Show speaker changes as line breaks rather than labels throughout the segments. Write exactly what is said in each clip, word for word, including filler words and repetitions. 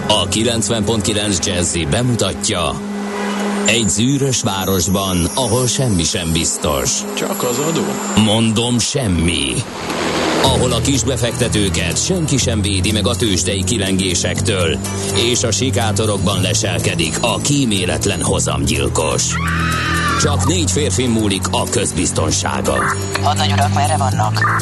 A kilencven pont kilenc Jazzy bemutatja: egy zűrös városban, ahol semmi sem biztos.
Csak az adó?
Mondom, semmi. Ahol a kisbefektetőket senki sem védi meg a tőzsdei kilengésektől, és a sikátorokban leselkedik a kíméletlen hozamgyilkos. Csak négy férfi múlik a közbiztonsága.
Hadnagy urak, merre vannak?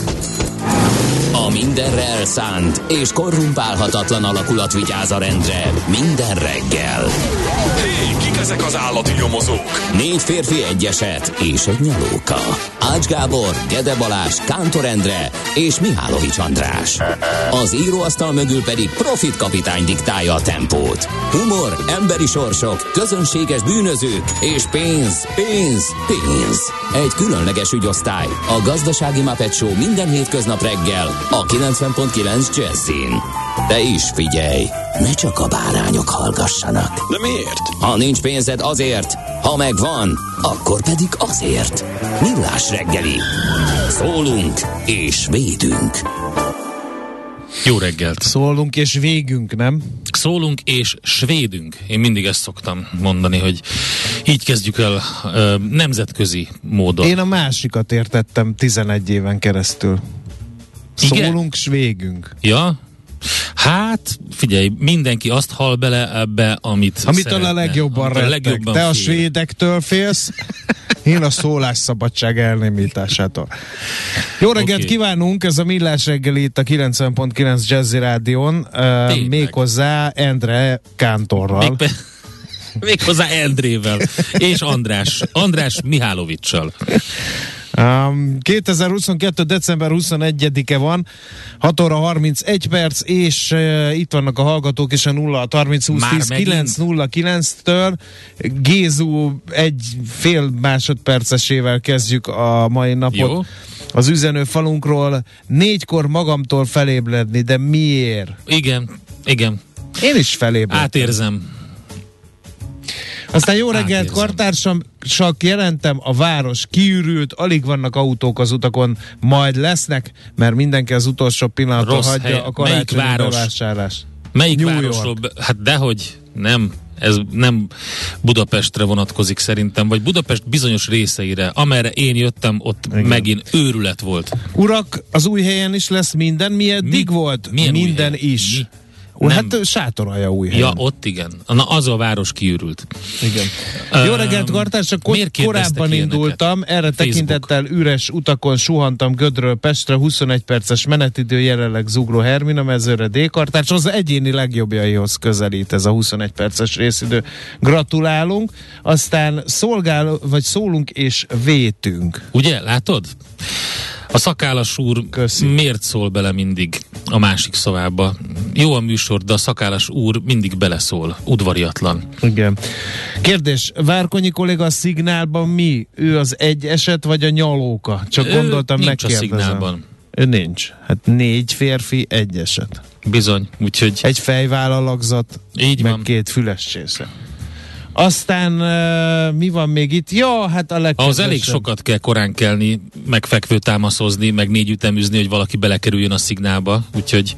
A mindenre elszánt és korrumpálhatatlan alakulat vigyáz a rendre minden reggel.
Hé, kik ezek az állati nyomozók?
Négy férfi, egy eset és egy nyalóka. Ács Gábor, Gede Balázs, Kántor Endre és Mihálovics András. Az íróasztal mögül pedig Profit kapitány diktálja a tempót. Humor, emberi sorsok, közönséges bűnözők és pénz, pénz, pénz. Egy különleges ügyosztály, a Gazdasági Muppet Show minden hétköznap reggel a kilencven pont kilenc Jazzin. De is figyelj, ne csak a bárányok hallgassanak.
De miért?
Ha nincs pénzed, azért, ha megvan, akkor pedig azért. Millás reggeli. Szólunk és védünk.
Jó reggelt!
Szólunk és végünk, nem?
Szólunk és svédünk. Én mindig ezt szoktam mondani, hogy így kezdjük el ö, nemzetközi módon.
Én a másikat értettem tizenegy éven keresztül.
Igen?
Szólunk s végünk.
Ja? Hát, figyelj, mindenki azt hall bele ebbe, amit
Amitől
szeretne.
a legjobban
Amitől a
rettek.
legjobban
Te a
fél.
svédektől félsz, én a szólásszabadság elnémításától. Jó reggelt
Okay.
kívánunk, ez a Millás reggeli itt a kilencven pont kilenc Jazzy Rádión, uh, méghozzá Endre Kántorral.
Még Méghozzá Endrével és András, András Mihálovicsal.
Um, kétezer-huszonkettő. december huszonegyedike van, hat óra harmincegy perc, és uh, itt vannak a hallgatók is a nulla harminc húsz tíz kilenc nulla kilenc-től. Gézu egy fél másodpercesével kezdjük a mai napot.
Jó.
Az üzenőfalunkról. Négykor magamtól felébredni, de miért?
Igen, igen.
Én is felébredtem.
Átérzem.
Aztán jó reggelt,
Átérzem.
kartársak, jelentem, a város kiürült, alig vannak autók az utakon, majd lesznek, mert mindenki az utolsó pillanatra
Rossz
hagyja
hely.
a karácsonyi
Melyik város?
bevásárlást.
Melyik
New
városról?
York.
Be- hát dehogy nem. Ez nem Budapestre vonatkozik szerintem, vagy Budapest bizonyos részeire. Amerre én jöttem, ott
Igen.
megint őrület volt.
Urak, az új helyen is lesz minden, mi eddig
Mi?
volt?
Milyen új
Minden
hely?
is.
Mi?
Ó,
Nem.
hát sátoralja új helyen.
Ja, ott igen. Na, az a város kiürült.
Igen. Jó reggelt, kartársak,
miért kérdeztek
korábban
ilyeneket?
indultam, erre
Facebook.
tekintettel üres utakon suhantam Gödről Pestre, huszonegy perces menetidő, jelenleg Zugló Hermina mezőre D-kartárs, az egyéni legjobbjaihoz közelít ez a huszonegy perces részidő. Gratulálunk, aztán szolgál, vagy szólunk és vétünk.
Ugye, látod? A szakállas úr
Köszi.
miért szól bele mindig a másik szavába? Jó a műsor, de a szakállas úr mindig beleszól. Udvariatlan.
Igen. Kérdés, Várkonyi kolléga a szignálban mi? Ő az egy eset, vagy a nyalóka? Csak
Ő
gondoltam,
nincs a
megkérdezem.
szignálban.
Ő nincs. Hát négy férfi, egy eset.
Bizony, úgyhogy
Egy fejvállalakzat,
így
meg
van.
két füles csésze. Aztán uh, mi van még itt? Ja, hát a legkedvesebb.
Ahhoz elég sokat kell korán kelni, meg fekvő támaszozni, meg négy üteműzni, hogy valaki belekerüljön a szignálba. Úgyhogy,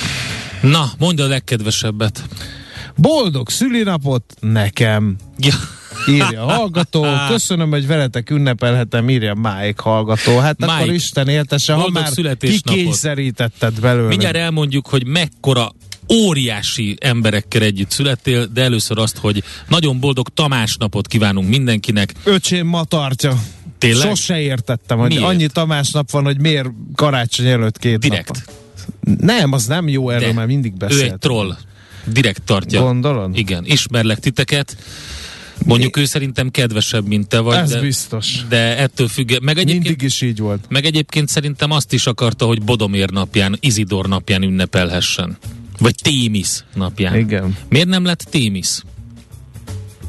na, mondd a legkedvesebbet.
Boldog szülinapot nekem,
Ja.
írja a hallgató. Köszönöm, hogy veletek ünnepelhetem, írja Mike hallgató. Hát
Mike,
akkor Isten éltesse, ha
boldog
már
születésnapot.
kikényszerítetted belőle.
Mindjárt elmondjuk, hogy mekkora óriási emberekkel együtt születtél, de először azt, hogy nagyon boldog Tamás napot kívánunk mindenkinek.
Öcsém ma tartja.
Tényleg?
Sose értettem, hogy
Miért?
annyi Tamás nap van, hogy miért karácsony előtt két
Direkt.
nap. Nem, az nem jó, erről
De
már mindig
ő
beszéltem.
egy troll. Direkt tartja.
Gondolod?
Igen, ismerlek titeket. Mondjuk ő szerintem kedvesebb, mint te vagy.
Ez
de,
biztos.
de ettől függ. Meg egyébként,
Mindig is így volt.
meg egyébként szerintem azt is akarta, hogy Bodomér napján, Izidor napján ünnepelhessen. Vagy Témisz napján.
Igen.
Miért nem lett Témisz?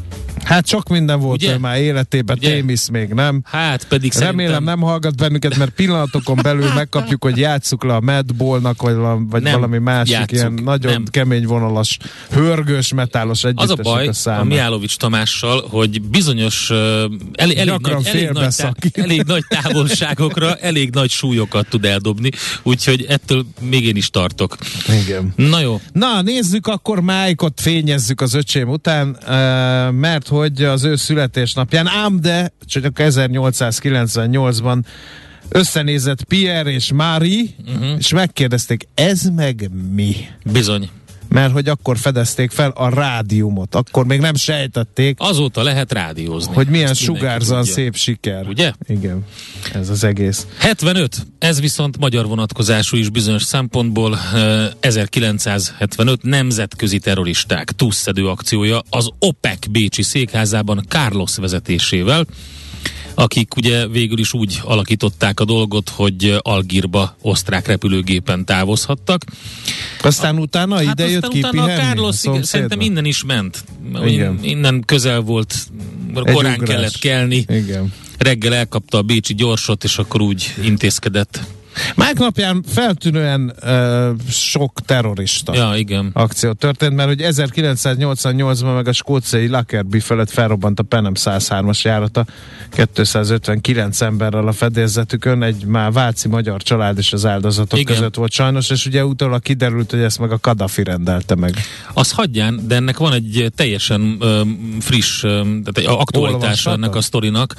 Hát sok minden volt ő már életében, Témisz még nem.
Hát pedig
Remélem
szerintem...
nem hallgat bennünket, mert pillanatokon belül megkapjuk, hogy játsszuk le a Madballnak, vagy, vagy valami másik játsszuk, ilyen nagyon nem. kemény vonalas, hörgős, metálos együttesek
a számát. Az a baj a Mihálovics Tamással, hogy bizonyos uh, elég, elég, nagy, elég, nagy tá- elég nagy távolságokra elég nagy súlyokat tud eldobni, úgyhogy ettől még én is tartok.
Igen.
Na jó.
Na, nézzük akkor Májkot, fényezzük az öcsém után, uh, mert hogy az ő születésnapján, ám de csak ezernyolcszázkilencvennyolcban összenézett Pierre és Marie, uh-huh. és megkérdezték, ez meg mi?
Bizony.
Mert hogy akkor fedezték fel a rádiumot, akkor még nem sejtették.
Azóta lehet rádiózni.
Hogy milyen sugárzan szép siker.
Ugye?
Igen, ez az egész.
hetvenöt, ez viszont magyar vonatkozású is bizonyos szempontból. ezerkilencszázhetvenöt nemzetközi terroristák túlszedő akciója az OPEC bécsi székházában Carlos vezetésével, akik ugye végül is úgy alakították a dolgot, hogy Algírba osztrák repülőgépen távozhattak.
Aztán utána hát ide jött kipihenni?
A Carlos szerintem innen is ment. Igen. Innen közel volt, korán kellett kelni.
Igen.
Reggel elkapta a bécsi gyorsot, és akkor úgy intézkedett.
Mike napján feltűnően uh, sok terrorista
ja, igen.
akció történt, mert hogy ezerkilencszáznyolcvannyolcban meg a skóciai Lockerbie felett felrobbant a Penem száz hármas járata kétszázötvenkilenc emberrel a fedélzetükön, egy már váci magyar család is az áldozatok igen. között volt sajnos, és ugye utólag kiderült, hogy ezt meg a Kadhafi rendelte meg.
Az hagyján, de ennek van egy teljesen um, friss um, tehát egy aktualitása ennek a sztorinak.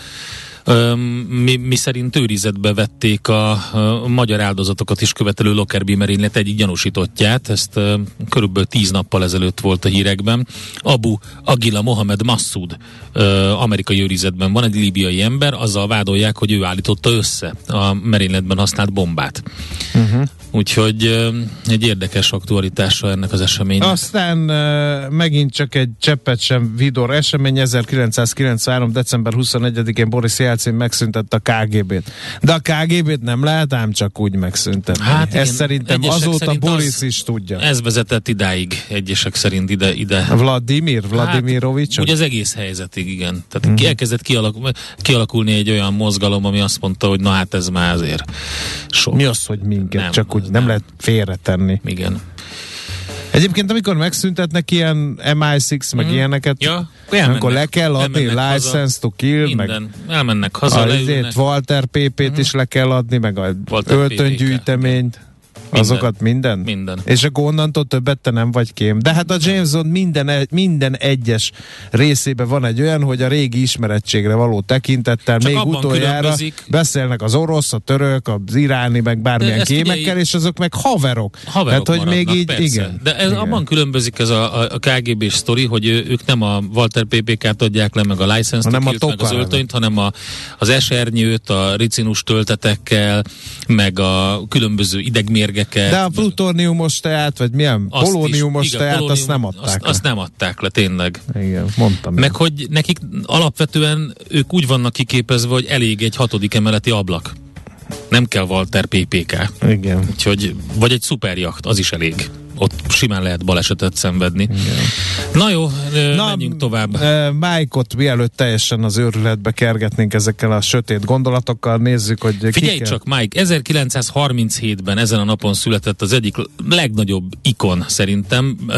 Mi, mi szerint őrizetbe vették a, a magyar áldozatokat is követelő Lockerbie merénylet egyik gyanúsítottját, ezt uh, körülbelül tíz nappal ezelőtt volt a hírekben. Abu Agila Mohamed Massoud uh, amerikai őrizetben van, egy líbiai ember, azzal vádolják, hogy ő állította össze a merényletben használt bombát. Uh-huh. Úgyhogy uh, egy érdekes aktualitása ennek az eseménynek.
Aztán uh, megint csak egy cseppet sem vidor esemény, ezerkilencszázkilencvenhárom. december huszonegyedikén Boris Jelcin megszüntette a ká gé bét. De a ká gé bét nem lehet ám csak úgy megszüntetni. Hát ezt szerintem azóta szerint Boris az, is tudja.
Ez vezetett idáig, egyesek szerint ide. ide.
Vladimir, Vladimirovics.
Hát, ugye az egész helyzetig, igen. Tehát uh-huh. elkezdett kialakul, kialakulni egy olyan mozgalom, ami azt mondta, hogy na hát ez már azért sok.
Mi az, hogy minket? Nem, csak úgy nem, nem lehet félretenni.
Igen.
Egyébként, amikor megszüntetnek ilyen em i hat, meg mm. ilyeneket,
ja,
akkor le kell adni license haza, to kill,
minden.
meg
elmennek haza,
leülnek. Walter pé pét mm. is le kell adni, meg a öltöngyűjteményt. Azokat minden?
Minden.
És akkor onnantól többet te nem vagy kém. De hát a James Bond minden, minden egyes részében van egy olyan, hogy a régi ismerettségre való tekintettel csak még utoljára különbözik. Beszélnek az orosz, a török, az iráni, meg bármilyen kémekkel, figyelj, és azok meg haverok.
Haverok
hát, hogy még így,
persze.
igen.
De ez
igen.
abban különbözik ez a, a ká gé bé-s sztori, hogy ők nem a Walter pé pé ká-t adják le, meg a license to kill-t, meg az öltönyt, hanem a, az esernyőt, a ricinus töltetekkel, meg a különböző idegmérgeket.
De a plutóniumos teát, vagy milyen azt polóniumos is, igen, teát, polónium, azt nem adták
azt, azt nem adták le, tényleg.
Igen, mondtam.
Meg én. Hogy nekik alapvetően ők úgy vannak kiképezve, hogy elég egy hatodik emeleti ablak. Nem kell Walter pé pé ká.
Igen.
Úgyhogy, vagy egy szuperjacht, az is elég. Ott simán lehet balesetet szenvedni. Igen. Na jó, Na, menjünk tovább.
E, Mike-ot mielőtt teljesen az őrületbe kergetnénk ezekkel a sötét gondolatokkal, nézzük, hogy
figyelj csak, Mike, ezerkilencszázharminchétben ezen a napon született az egyik legnagyobb ikon szerintem, uh,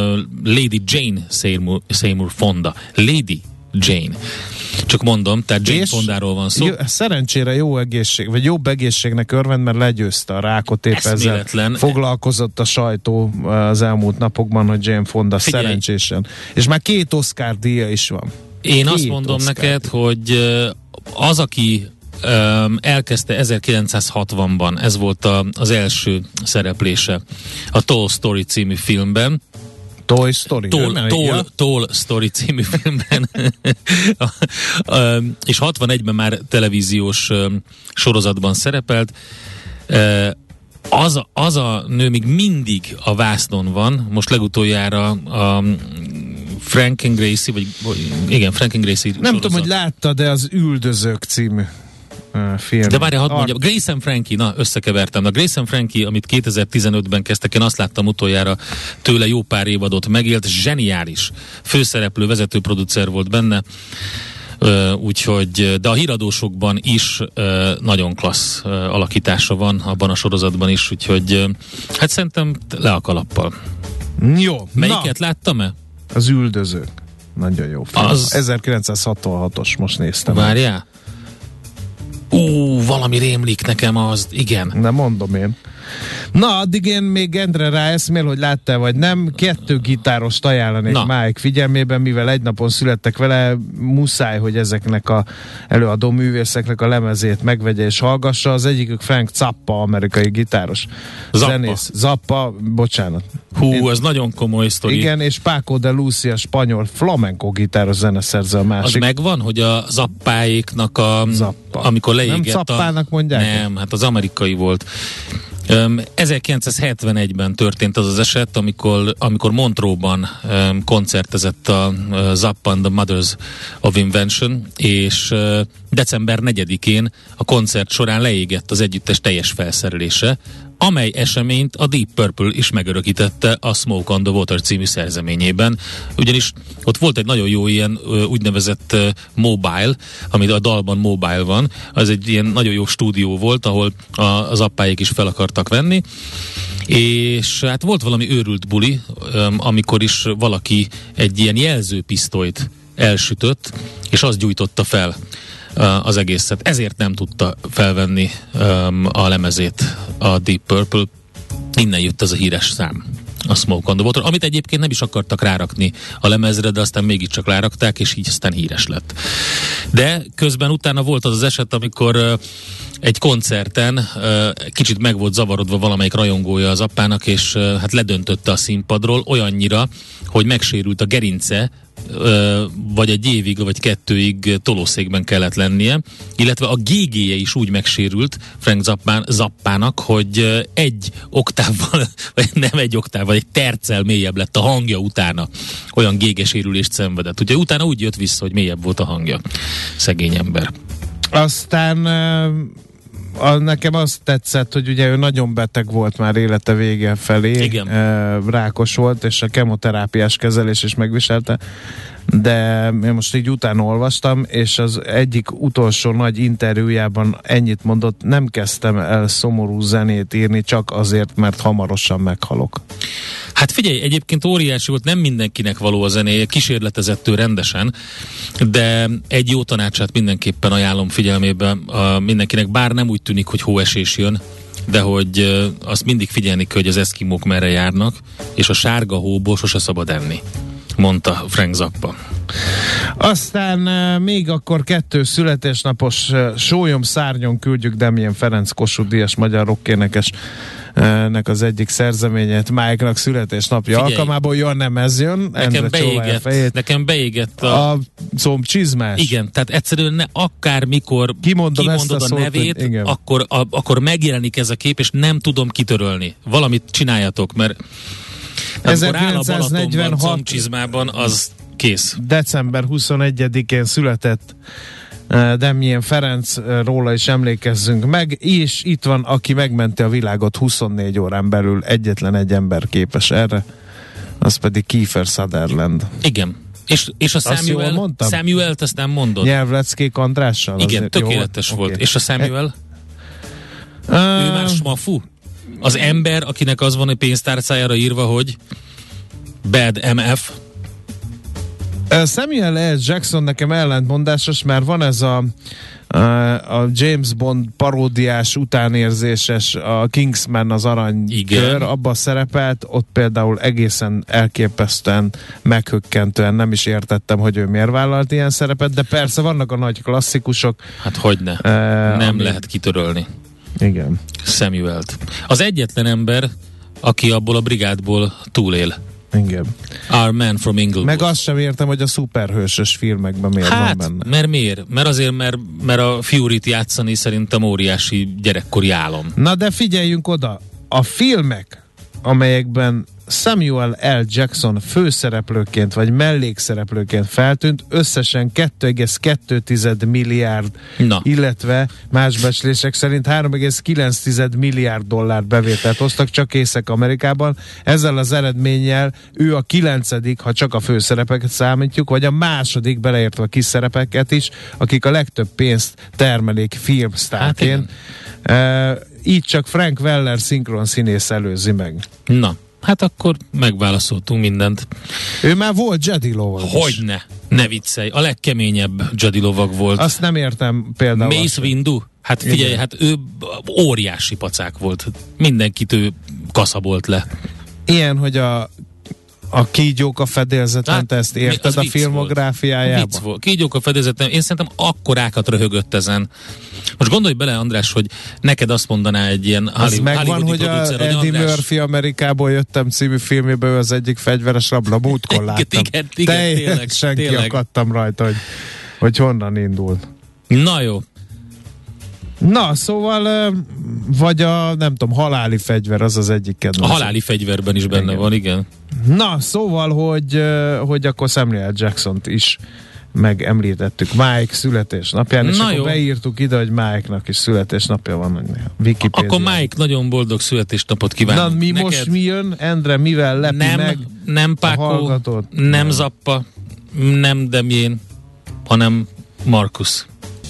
Lady Jane Seymour, Seymour Fonda. Lady Jane. Csak mondom, tehát Jane Fondáról van szó.
Jó, szerencsére jó egészség, vagy jobb egészségnek örvend, mert legyőzte a rákot, épp ezzel foglalkozott a sajtó az elmúlt napokban, hogy Jane Fonda figyelj. Szerencsésen. És már két Oscar díja is van.
Én
két
azt mondom
Oscar
neked, díj. Hogy az, aki um, elkezdte ezerkilencszázhatvanban, ez volt a, az első szereplése a Toy Story című filmben,
Toy Story.
Toll, Toll, Toll Story című filmben. És hatvanegyben már televíziós sorozatban szerepelt. Az a, az a nő még mindig a vásznon van. Most legutoljára a Frank and Gracie, vagy igen, Frank and Gracie
nem sorozat. Tudom, hogy látta, de az Üldözők című film.
De várjál, hadd mondjam, Grace and Frankie, na, összekevertem. A Grace and Frankie, amit kétezer-tizenötben kezdtek, én azt láttam utoljára, tőle jó pár évadot megélt, zseniális főszereplő, vezetőproducer volt benne, uh, úgyhogy, de a híradósokban is uh, nagyon klassz uh, alakítása van, abban a sorozatban is, úgyhogy uh, hát szerintem le a kalappal.
Jó.
Melyiket na. láttam-e?
Az Üldözők. Nagyon jó film.
Az...
ezerkilencszázhatvanhatos, most néztem.
Várjál? Ú, valami rémlik nekem az, igen.
Nem mondom én. Na, addig én még Endre ráeszmél, hogy láttál vagy nem. Kettő gitárost ajánlanék Na. Mike figyelmében, mivel egy napon születtek vele, muszáj, hogy ezeknek a előadó művészeknek a lemezét megvegye és hallgassa. Az egyikük Frank Zappa, amerikai gitáros.
Zappa.
Zenész. Zappa, bocsánat.
Hú,
én...
ez nagyon komoly sztori.
Igen, és Paco de Lucia, spanyol flamenco gitáros zeneszerző a másik.
Az megvan, hogy a Zappáéknak a...
Zappa.
Amikor leégett
nem Zappának
a...
mondják?
Nem, hát az amerikai volt. Um, ezerkilencszázhetvenegyben történt az az eset, amikor, amikor Montreux-ban um, koncertezett a uh, Zappa and the Mothers of Invention, és uh, december negyedikén a koncert során leégett az együttes teljes felszerelése, amely eseményt a Deep Purple is megörökítette a Smoke on the Water című szerzeményében. Ugyanis ott volt egy nagyon jó ilyen úgynevezett mobile, amit a dalban mobile van, az egy ilyen nagyon jó stúdió volt, ahol a, az appáik is fel akartak venni, és hát volt valami őrült buli, amikor is valaki egy ilyen jelzőpisztolyt elsütött, és azt gyújtotta fel az egészet. Ezért nem tudta felvenni um, a lemezét a Deep Purple. Innen jött ez a híres szám, a Smoke on the Water, amit egyébként nem is akartak rárakni a lemezre, de aztán mégiscsak rárakták, és így aztán híres lett. De közben utána volt az az eset, amikor uh, egy koncerten uh, kicsit meg volt zavarodva valamelyik rajongója az appának, és uh, hát ledöntötte a színpadról olyannyira, hogy megsérült a gerince, vagy egy évig, vagy kettőig tolószékben kellett lennie, illetve a gé gé-je is úgy megsérült Frank Zappán, Zappának, hogy egy oktávval, vagy nem egy oktávval, egy terccel mélyebb lett a hangja utána. Olyan gé gé-sérülést szenvedett. Ugye utána úgy jött vissza, hogy mélyebb volt a hangja. Szegény ember.
Aztán a, nekem azt tetszett, hogy ugye ő nagyon beteg volt már élete vége felé.
Igen.
Rákos volt, és a kemoterápiás kezelés is megviselte, de én most így utána olvastam, és az egyik utolsó nagy interjújában ennyit mondott: nem kezdtem el szomorú zenét írni csak azért, mert hamarosan meghalok.
Hát figyelj, egyébként óriási volt, nem mindenkinek való a zenéje, kísérletezett ő rendesen, de egy jó tanácsát mindenképpen ajánlom figyelmébe a mindenkinek, bár nem úgy tűnik, hogy hóesés jön, de hogy uh, azt mindig figyelni kell, hogy az eszkimók merre járnak, és a sárga hóból sose szabad enni, mondta Frank Zappa.
Aztán uh, még akkor kettő születésnapos uh, sólyom szárnyon küldjük Damien Ferenc Kossuth Díjas magyar rockénekes nek az egyik szerzeményét Mike-nak születésnapja Figyelj, alkalmából. Jön, nem ez jön.
Nekem beégett, nekem beégett a...
a combcsizmás.
Igen, tehát egyszerűen ne, akármikor
kimondom
kimondod a, a nevét, hogy, akkor, a, akkor megjelenik ez a kép, és nem tudom kitörölni. Valamit csináljatok, mert
ezerkilencszáznegyvenhat
combcsizmában, az kész.
december huszonegyedikén született Damien Ferenc, róla is emlékezzünk meg, és itt van, aki megmenti a világot huszonnégy órán belül, egyetlen egy ember képes erre, az pedig Kiefer Sutherland.
Igen. És, és a Samuel, Samuel-t azt nem mondod?
Nyelvleckék Andrással?
Igen, tökéletes volt. Okay. És a Samuel? E- ő uh... már smafu? Az ember, akinek az van a pénztárcájára írva, hogy Bad em ef.
Samuel L. Jackson nekem ellentmondásos, mert van ez a, a James Bond paródiás, utánérzéses, a Kingsman az aranykör, abban szerepelt, ott például egészen elképesztően, meghökkentően nem is értettem, hogy ő miért vállalt ilyen szerepet, de persze vannak a nagy klasszikusok.
Hát hogyne, uh, nem ami... lehet kitörölni.
Igen.
Samuelt. Az egyetlen ember, aki abból a brigádból túlél.
Igen.
Our Man from Inglewood.
Meg azt sem értem, hogy a szuperhősös filmekben miért
hát,
van benne.
mert miért? Mert azért, mert, mert a Fury-t játszani szerintem óriási gyerekkori álom.
Na de figyeljünk oda, a filmek, amelyekben Samuel L. Jackson főszereplőként vagy mellékszereplőként feltűnt, összesen kettő egész kettő milliárd, Na. illetve más becslések szerint három egész kilenc milliárd dollár bevételt hoztak csak Észak-Amerikában. Ezzel az eredménnyel ő a kilencedik, ha csak a főszerepeket számítjuk, vagy a második, beleértve a kis szerepeket is, akik a legtöbb pénzt termelik filmsztárként. Hát uh, így csak Frank Weller szinkron színész előzi meg.
Na, hát akkor megválaszoltunk mindent.
Ő már volt Jedi lovag.
Hogyne, ne viccelj, a legkeményebb Jedi lovag volt.
Azt nem értem például.
Mace Windu? Hát figyelj, igen. Hát ő óriási pacák volt. Mindenkit ő kaszabolt le.
Ilyen, hogy a a kígyók a fedélzeten, hát, te ezt érted a filmográfiájában?
Vicc volt. Kígyók a fedélzeten, én szerintem akkorákat röhögött ezen. Most gondolj bele, András, hogy neked azt mondaná egy ilyen
az megvan, hogy a Eddie Murphy Amerikából jöttem című filméből az egyik fegyveres rabla, múltkor láttam.
Igen, igen,
teljesen kiakadtam rajta, hogy, hogy honnan indult.
Na jó.
Na, szóval vagy a, nem tudom, haláli fegyver, az az egyik kedvenc.
A haláli fegyverben is benne igen. van, igen.
Na, szóval, hogy, hogy akkor Samuel Jacksont is megemlítettük Mike születésnapján, és Na akkor jó. beírtuk ide, hogy Mike-nak is születésnapja van. Wikipédia.
Akkor Mike, nagyon boldog születésnapot kívánok.
Na, mi
neked?
Most mi jön? Endre, mivel lepi
nem,
meg
nem Pákó, nem, nem Zappa, nem Demjén, hanem Markus.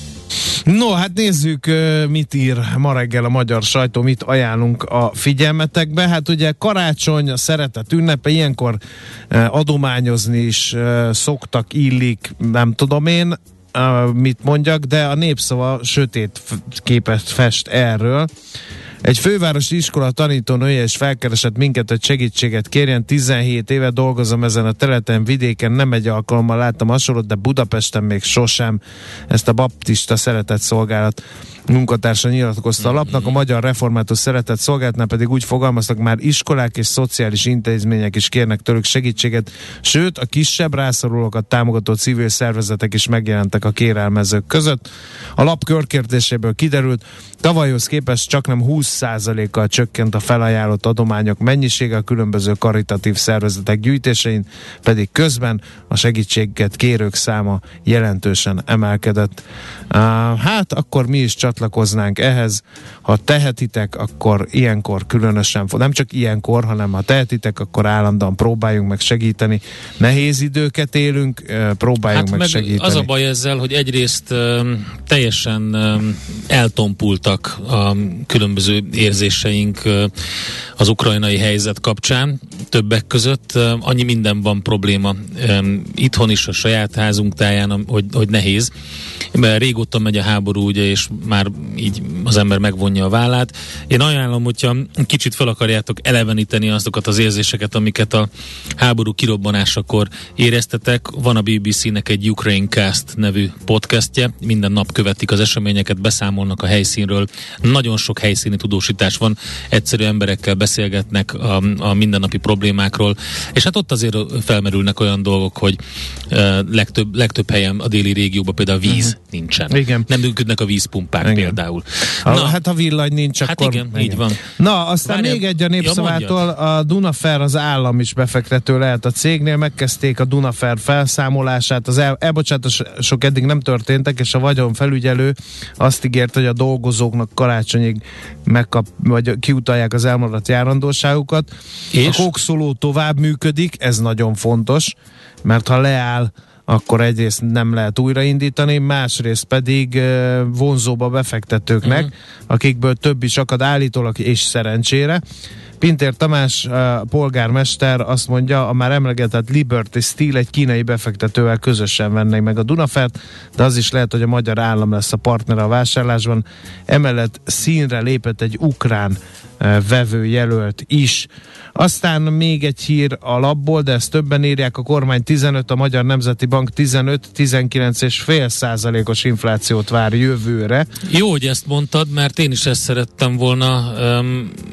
No, hát nézzük, mit ír ma reggel a magyar sajtó, mit ajánlunk a figyelmetekbe. Hát ugye karácsony, a szeretet ünnepe, ilyenkor adományozni is szoktak, illik, nem tudom én, mit mondjak, de a Népszava sötét képet fest erről. Egy fővárosi iskola tanítónője is felkeresett minket, hogy segítséget kérjen. tizenhét éve dolgozom ezen a területen, vidéken nem egy alkalommal láttam hasonlót, de Budapesten még sosem. Ezt a baptista szeretetszolgálat munkatársa nyilatkozta a lapnak. A Magyar Református Szeretetszolgálatnál pedig úgy fogalmaztak, már iskolák és szociális intézmények is kérnek tőlük segítséget, sőt a kisebb rászorulókat támogató civil szervezetek is megjelentek a kérelmezők között. A lap körkérdéséből kiderült, tavalyhoz képest csaknem húsz százalékkal csökkent a felajánlott adományok mennyisége, a különböző karitatív szervezetek gyűjtésein, pedig közben a segítséget kérők száma jelentősen emelkedett. Uh, hát akkor mi is csatlakoznánk ehhez. Ha tehetitek, akkor ilyenkor különösen, nem csak ilyenkor, hanem ha tehetitek, akkor állandóan próbáljunk meg segíteni. Nehéz időket élünk, próbáljunk hát meg, meg segíteni.
Az a baj ezzel, hogy egyrészt um, teljesen um, eltompultak a különböző érzéseink uh, az ukrajnai helyzet kapcsán, többek között uh, annyi minden van probléma um, itthon is, a saját házunk táján, hogy, hogy nehéz. Mert régóta megy a háború, ugye, és már így az ember megvonja a vállát. Én ajánlom, hogyha kicsit fel akarjátok eleveníteni azokat az érzéseket, amiket a háború kirobbanásakor éreztetek. Van a bé bé cé-nek egy Ukraine Cast nevű podcastje. Minden nap követik az eseményeket, beszámolnak a helyszínről. Nagyon sok helyszíni tudósítás van. Egyszerű emberekkel beszélgetnek a, a mindennapi problémákról. És hát ott azért felmerülnek olyan dolgok, hogy uh, legtöbb, legtöbb helyen a déli régióban például víz uh-huh. nincsen.
Igen.
Nem működnek a vízpumpák igen. például.
A, Na, hát ha villany nincs,
hát
akkor...
igen, igen, így van.
Na, aztán Várjál, még egy a Népszavától, ja, a Dunafer az állam is befektető lehet a cégnél, megkezdték a Dunafer felszámolását, az el, elbocsátások eddig nem történtek, és a vagyonfelügyelő azt ígért, hogy a dolgozóknak karácsonyig megkap, vagy kiutalják az elmaradt járandóságukat. És? A kokszoló tovább működik, ez nagyon fontos, mert ha leáll, akkor egyrészt nem lehet újraindítani, másrészt pedig uh, vonzóba befektetőknek, uh-huh. akikből több is akad állítólag, és szerencsére. Pintér Tamás, uh, polgármester azt mondja, a már emlegetett Liberty Steel egy kínai befektetővel közösen vennék meg a Dunafert, de az is lehet, hogy a magyar állam lesz a partner a vásárlásban. Emellett színre lépett egy ukrán uh, vevőjelölt is. Aztán még egy hír a lapból, de ezt többen írják, a kormány tizenöt, a Magyar Nemzeti Bank tizenöt-tizenkilenc egész öt százalékos inflációt vár jövőre.
Jó, hogy ezt mondtad, mert én is ezt szerettem volna um,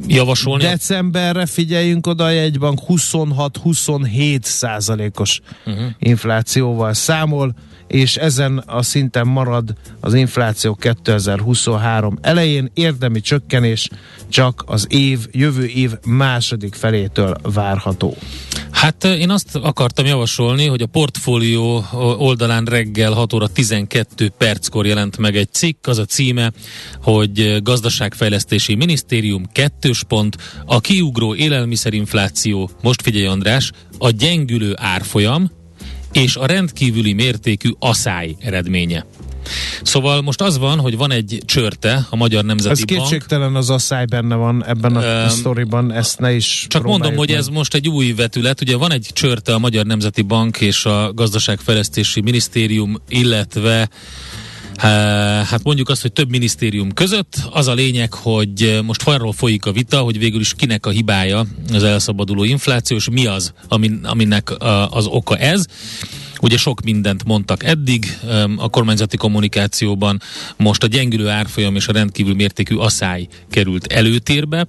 javasolni.
Decemberre figyeljünk oda, a jegybank huszonhat-huszonhét százalékos uh-huh. inflációval számol, és ezen a szinten marad az infláció kétezer-huszonhárom elején, érdemi csökkenés csak az év, jövő év második felétől várható.
Hát én azt akartam javasolni, hogy a portfólió oldalán reggel hat óra tizenkét perckor jelent meg egy cikk, az a címe, hogy Gazdaságfejlesztési Minisztérium kettős pont, a kiugró élelmiszerinfláció, most figyelj András, a gyengülő árfolyam és a rendkívüli mértékű aszály eredménye. Szóval most az van, hogy van egy csörte, a Magyar Nemzeti
ez
Bank.
Ez kétségtelen, az asszály benne van ebben a um, sztoriban, ezt ne is
csak mondom, hogy
meg.
Ez most egy új vetület. Ugye van egy csörte a Magyar Nemzeti Bank és a Gazdaságfejlesztési Minisztérium, illetve hát mondjuk azt, hogy több minisztérium között. Az a lényeg, hogy most arról folyik a vita, hogy végül is kinek a hibája az elszabaduló infláció, és mi az, amin, aminek az oka ez. Ugye sok mindent mondtak eddig a kormányzati kommunikációban, most a gyengülő árfolyam és a rendkívül mértékű aszály került előtérbe.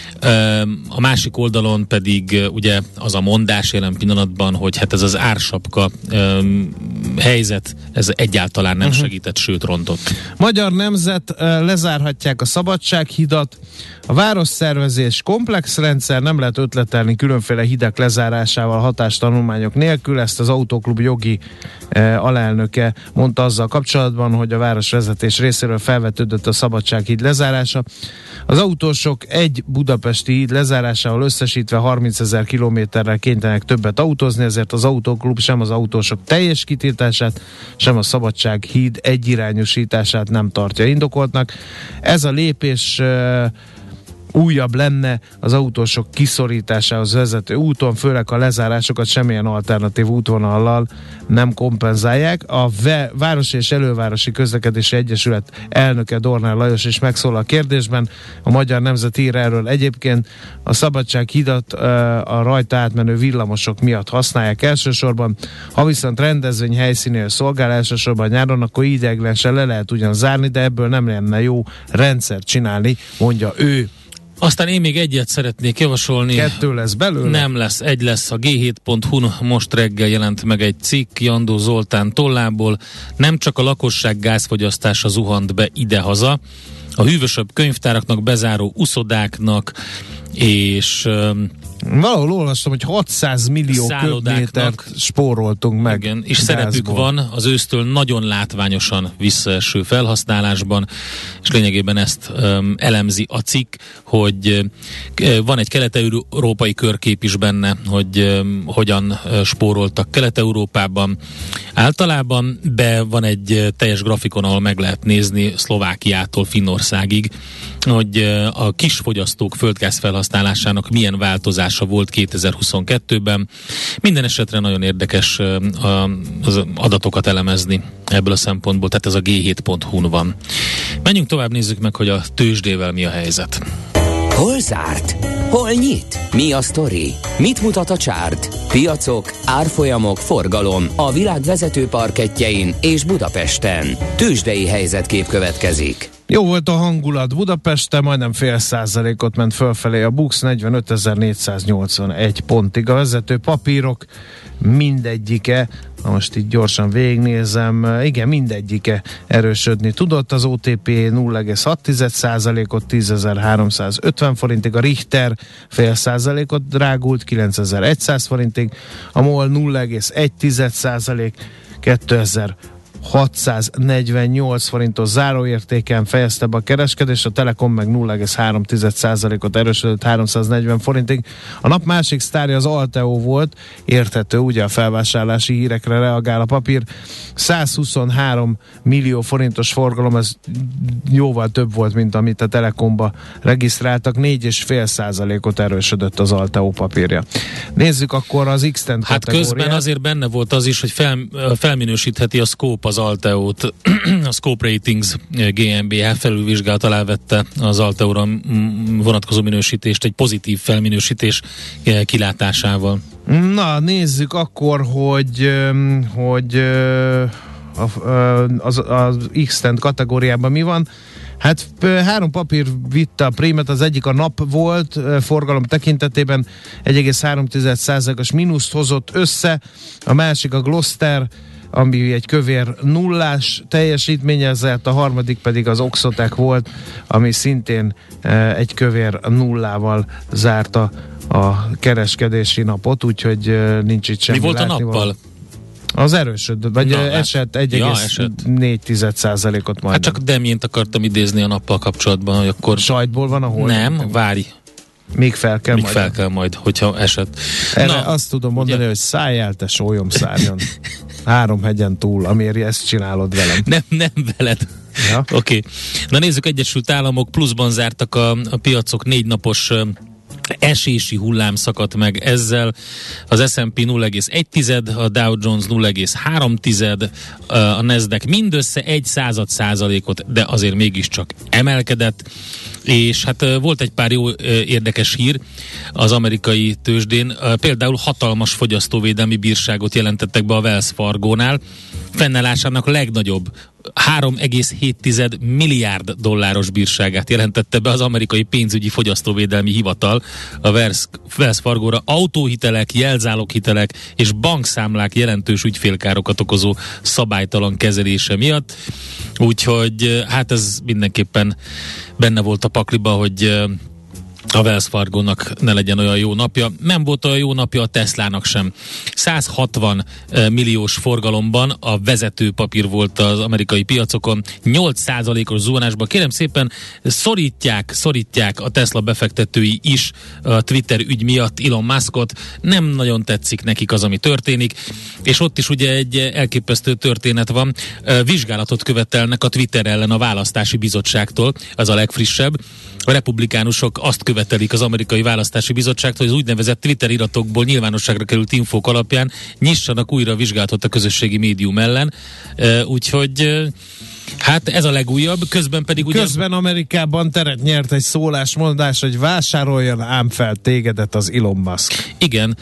A másik oldalon pedig ugye az a mondás jelen pillanatban, hogy hát ez az ársapka helyzet, ez egyáltalán nem uh-huh. segített, sőt rontott.
Magyar Nemzet, lezárhatják a Szabadsághidat, a városszervezés komplex rendszer, nem lehet ötletelni különféle hidek lezárásával hatástanulmányok nélkül, ezt az Autóklub jogi eh, alelnöke mondta azzal kapcsolatban, hogy a városvezetés részéről felvetődött a Szabadsághíd lezárása. Az autósok egy budapesti híd lezárásával összesítve harmincezer kilométerrel kénytelenek többet autózni, ezért az Autóklub sem az autósok teljes kitiltását, sem a Szabadsághíd egyirányosítását nem tartja indokoltnak. Ez a lépés eh, újabb lenne az autósok kiszorításához vezető úton, főleg a lezárásokat semmilyen alternatív útvonallal nem kompenzálják. A v- Városi és Elővárosi Közlekedési Egyesület elnöke Dornár Lajos is megszólal a kérdésben. A Magyar Nemzet ír erről: egyébként a Szabadsághidat a rajta átmenő villamosok miatt használják elsősorban, ha viszont rendezvény helyszínél szolgál elsősorban nyáron, akkor ideiglenesen le lehet ugyan zárni, de ebből nem lenne jó rendszert csinálni, mondja ő.
Aztán én még egyet szeretnék javasolni.
Kettő lesz belőle?
Nem lesz, egy lesz. A gé hét pont hu-n most reggel jelent meg egy cikk Jandó Zoltán tollából. Nem csak a lakosság gázfogyasztása zuhant be idehaza, a hűvösebb könyvtáraknak, bezáró uszodáknak és
valahol olvastam, hogy hatszáz millió köbmétert spóroltunk meg.
Igen, és gázból. Szerepük van az ősztől nagyon látványosan visszaeső felhasználásban, és lényegében ezt um, elemzi a cikk, hogy uh, van egy kelet-európai körkép is benne, hogy um, hogyan uh, spóroltak Kelet-Európában. Általában be van egy uh, teljes grafikon, ahol meg lehet nézni Szlovákiától Finnországig, hogy uh, a kisfogyasztók földgáz felhasználásának milyen változás volt kétezer-huszonkettőben. Minden esetre nagyon érdekes az adatokat elemezni ebből a szempontból, tehát ez a gé hét pont hu-n van. Menjünk tovább, nézzük meg, hogy a tőzsdével mi a helyzet.
Hol zárt? Hol nyit? Mi a sztori? Mit mutat a csárt? Piacok, árfolyamok, forgalom a világ vezető parkettjein és Budapesten. Tőzsdei helyzetkép következik.
Jó volt a hangulat Budapesten, majdnem fél százalékot ment fölfelé a BUX, negyvenötezer-négyszáznyolcvanegy pontig. A vezető papírok mindegyike, na most így gyorsan végignézem, igen, mindegyike erősödni tudott. Az o té pé nulla egész hat százalékot, tízezer-háromszázötven forintig, a Richter fél százalékot drágult, kilencezer-száz forintig, a MOL nulla egész egy százalék, kétezer-hatszáznegyvennyolc forintos záróértéken fejezte be a kereskedést, a Telekom meg nulla egész három százalékot erősödött háromszáznegyven forintig. A nap másik sztárja az Alteo volt, érthető, ugye a felvásárlási hírekre reagál a papír. százhuszonhárom millió forintos forgalom, ez jóval több volt, mint amit a Telekomba regisztráltak, négy egész öt százalékot erősödött az Alteo papírja. Nézzük akkor az X-Tent
hát
kategóriát.
Közben azért benne volt az is, hogy fel, felminősítheti a Scope az Alteót. A Scope Ratings gé em bé há felülvizsgálat alá vette az Alteóra vonatkozó minősítést egy pozitív felminősítés kilátásával.
Na, nézzük akkor, hogy, hogy az, az X-Tent kategóriában mi van. Hát három papír vitte a prémet, az egyik a nap volt, forgalom tekintetében egy egész három százalékos mínuszt hozott össze, a másik a Gloster, ami egy kövér nullás teljesítményezett, a harmadik pedig az Oxotec volt, ami szintén egy kövér nullával zárta a kereskedési napot, úgyhogy nincs itt semmi.
Mi volt
látni
a nappal?
Való. Az erősöd, vagy Na, esett egy egész négy százalékot majd.
Hát csak Demjént akartam idézni a nappal kapcsolatban, hogy akkor...
Sajtból van, ahol?
Nem, nem. Várj.
Még fel kell
Még
majd.
fel kell majd, hogyha esett.
Erre Na, azt tudom mondani, ugye? Hogy szálljál te sólyomszárjon. Három hegyen túl, amiért ezt csinálod velem.
Nem, nem veled. Ja. Oké. Okay. Na nézzük, Egyesült Államok pluszban zártak a, a piacok, négy napos esési hullám szakadt meg ezzel. Az es and pé nulla egész egy, a Dow Jones nulla egész három, a Nasdaq mindössze egy század százalékot, de azért mégiscsak emelkedett, és hát volt egy pár jó érdekes hír az amerikai tőzsdén. Például hatalmas fogyasztóvédelmi bírságot jelentettek be a Wells Fargónál, fennállásának legnagyobb három egész hét milliárd dolláros bírságát jelentette be az amerikai pénzügyi fogyasztóvédelmi hivatal a Wells Fargóra autóhitelek, jelzáloghitelek és bankszámlák jelentős ügyfélkárokat okozó szabálytalan kezelése miatt. Úgyhogy hát ez mindenképpen benne volt a pakliba, hogy a Wells Fargónak ne legyen olyan jó napja. Nem volt olyan jó napja a Teslának sem. száz hatvan milliós forgalomban a vezető papír volt az amerikai piacokon, nyolc százalékos zuhanásban. Kérem szépen, szorítják, szorítják a Tesla befektetői is a Twitter ügy miatt Elon Muskot. Nem nagyon tetszik nekik az, ami történik, és ott is ugye egy elképesztő történet van. Vizsgálatot követelnek a Twitter ellen a választási bizottságtól, az a legfrissebb. A republikánusok azt követelik az amerikai választási bizottságtól, hogy az úgynevezett Twitter iratokból nyilvánosságra került infók alapján nyissanak újra vizsgálatot a közösségi médium ellen. Úgyhogy hát ez a legújabb, közben pedig ugye...
Közben Amerikában teret nyert egy szólásmondás, hogy vásároljon ám fel tégedet az Elon Musk.
Igen,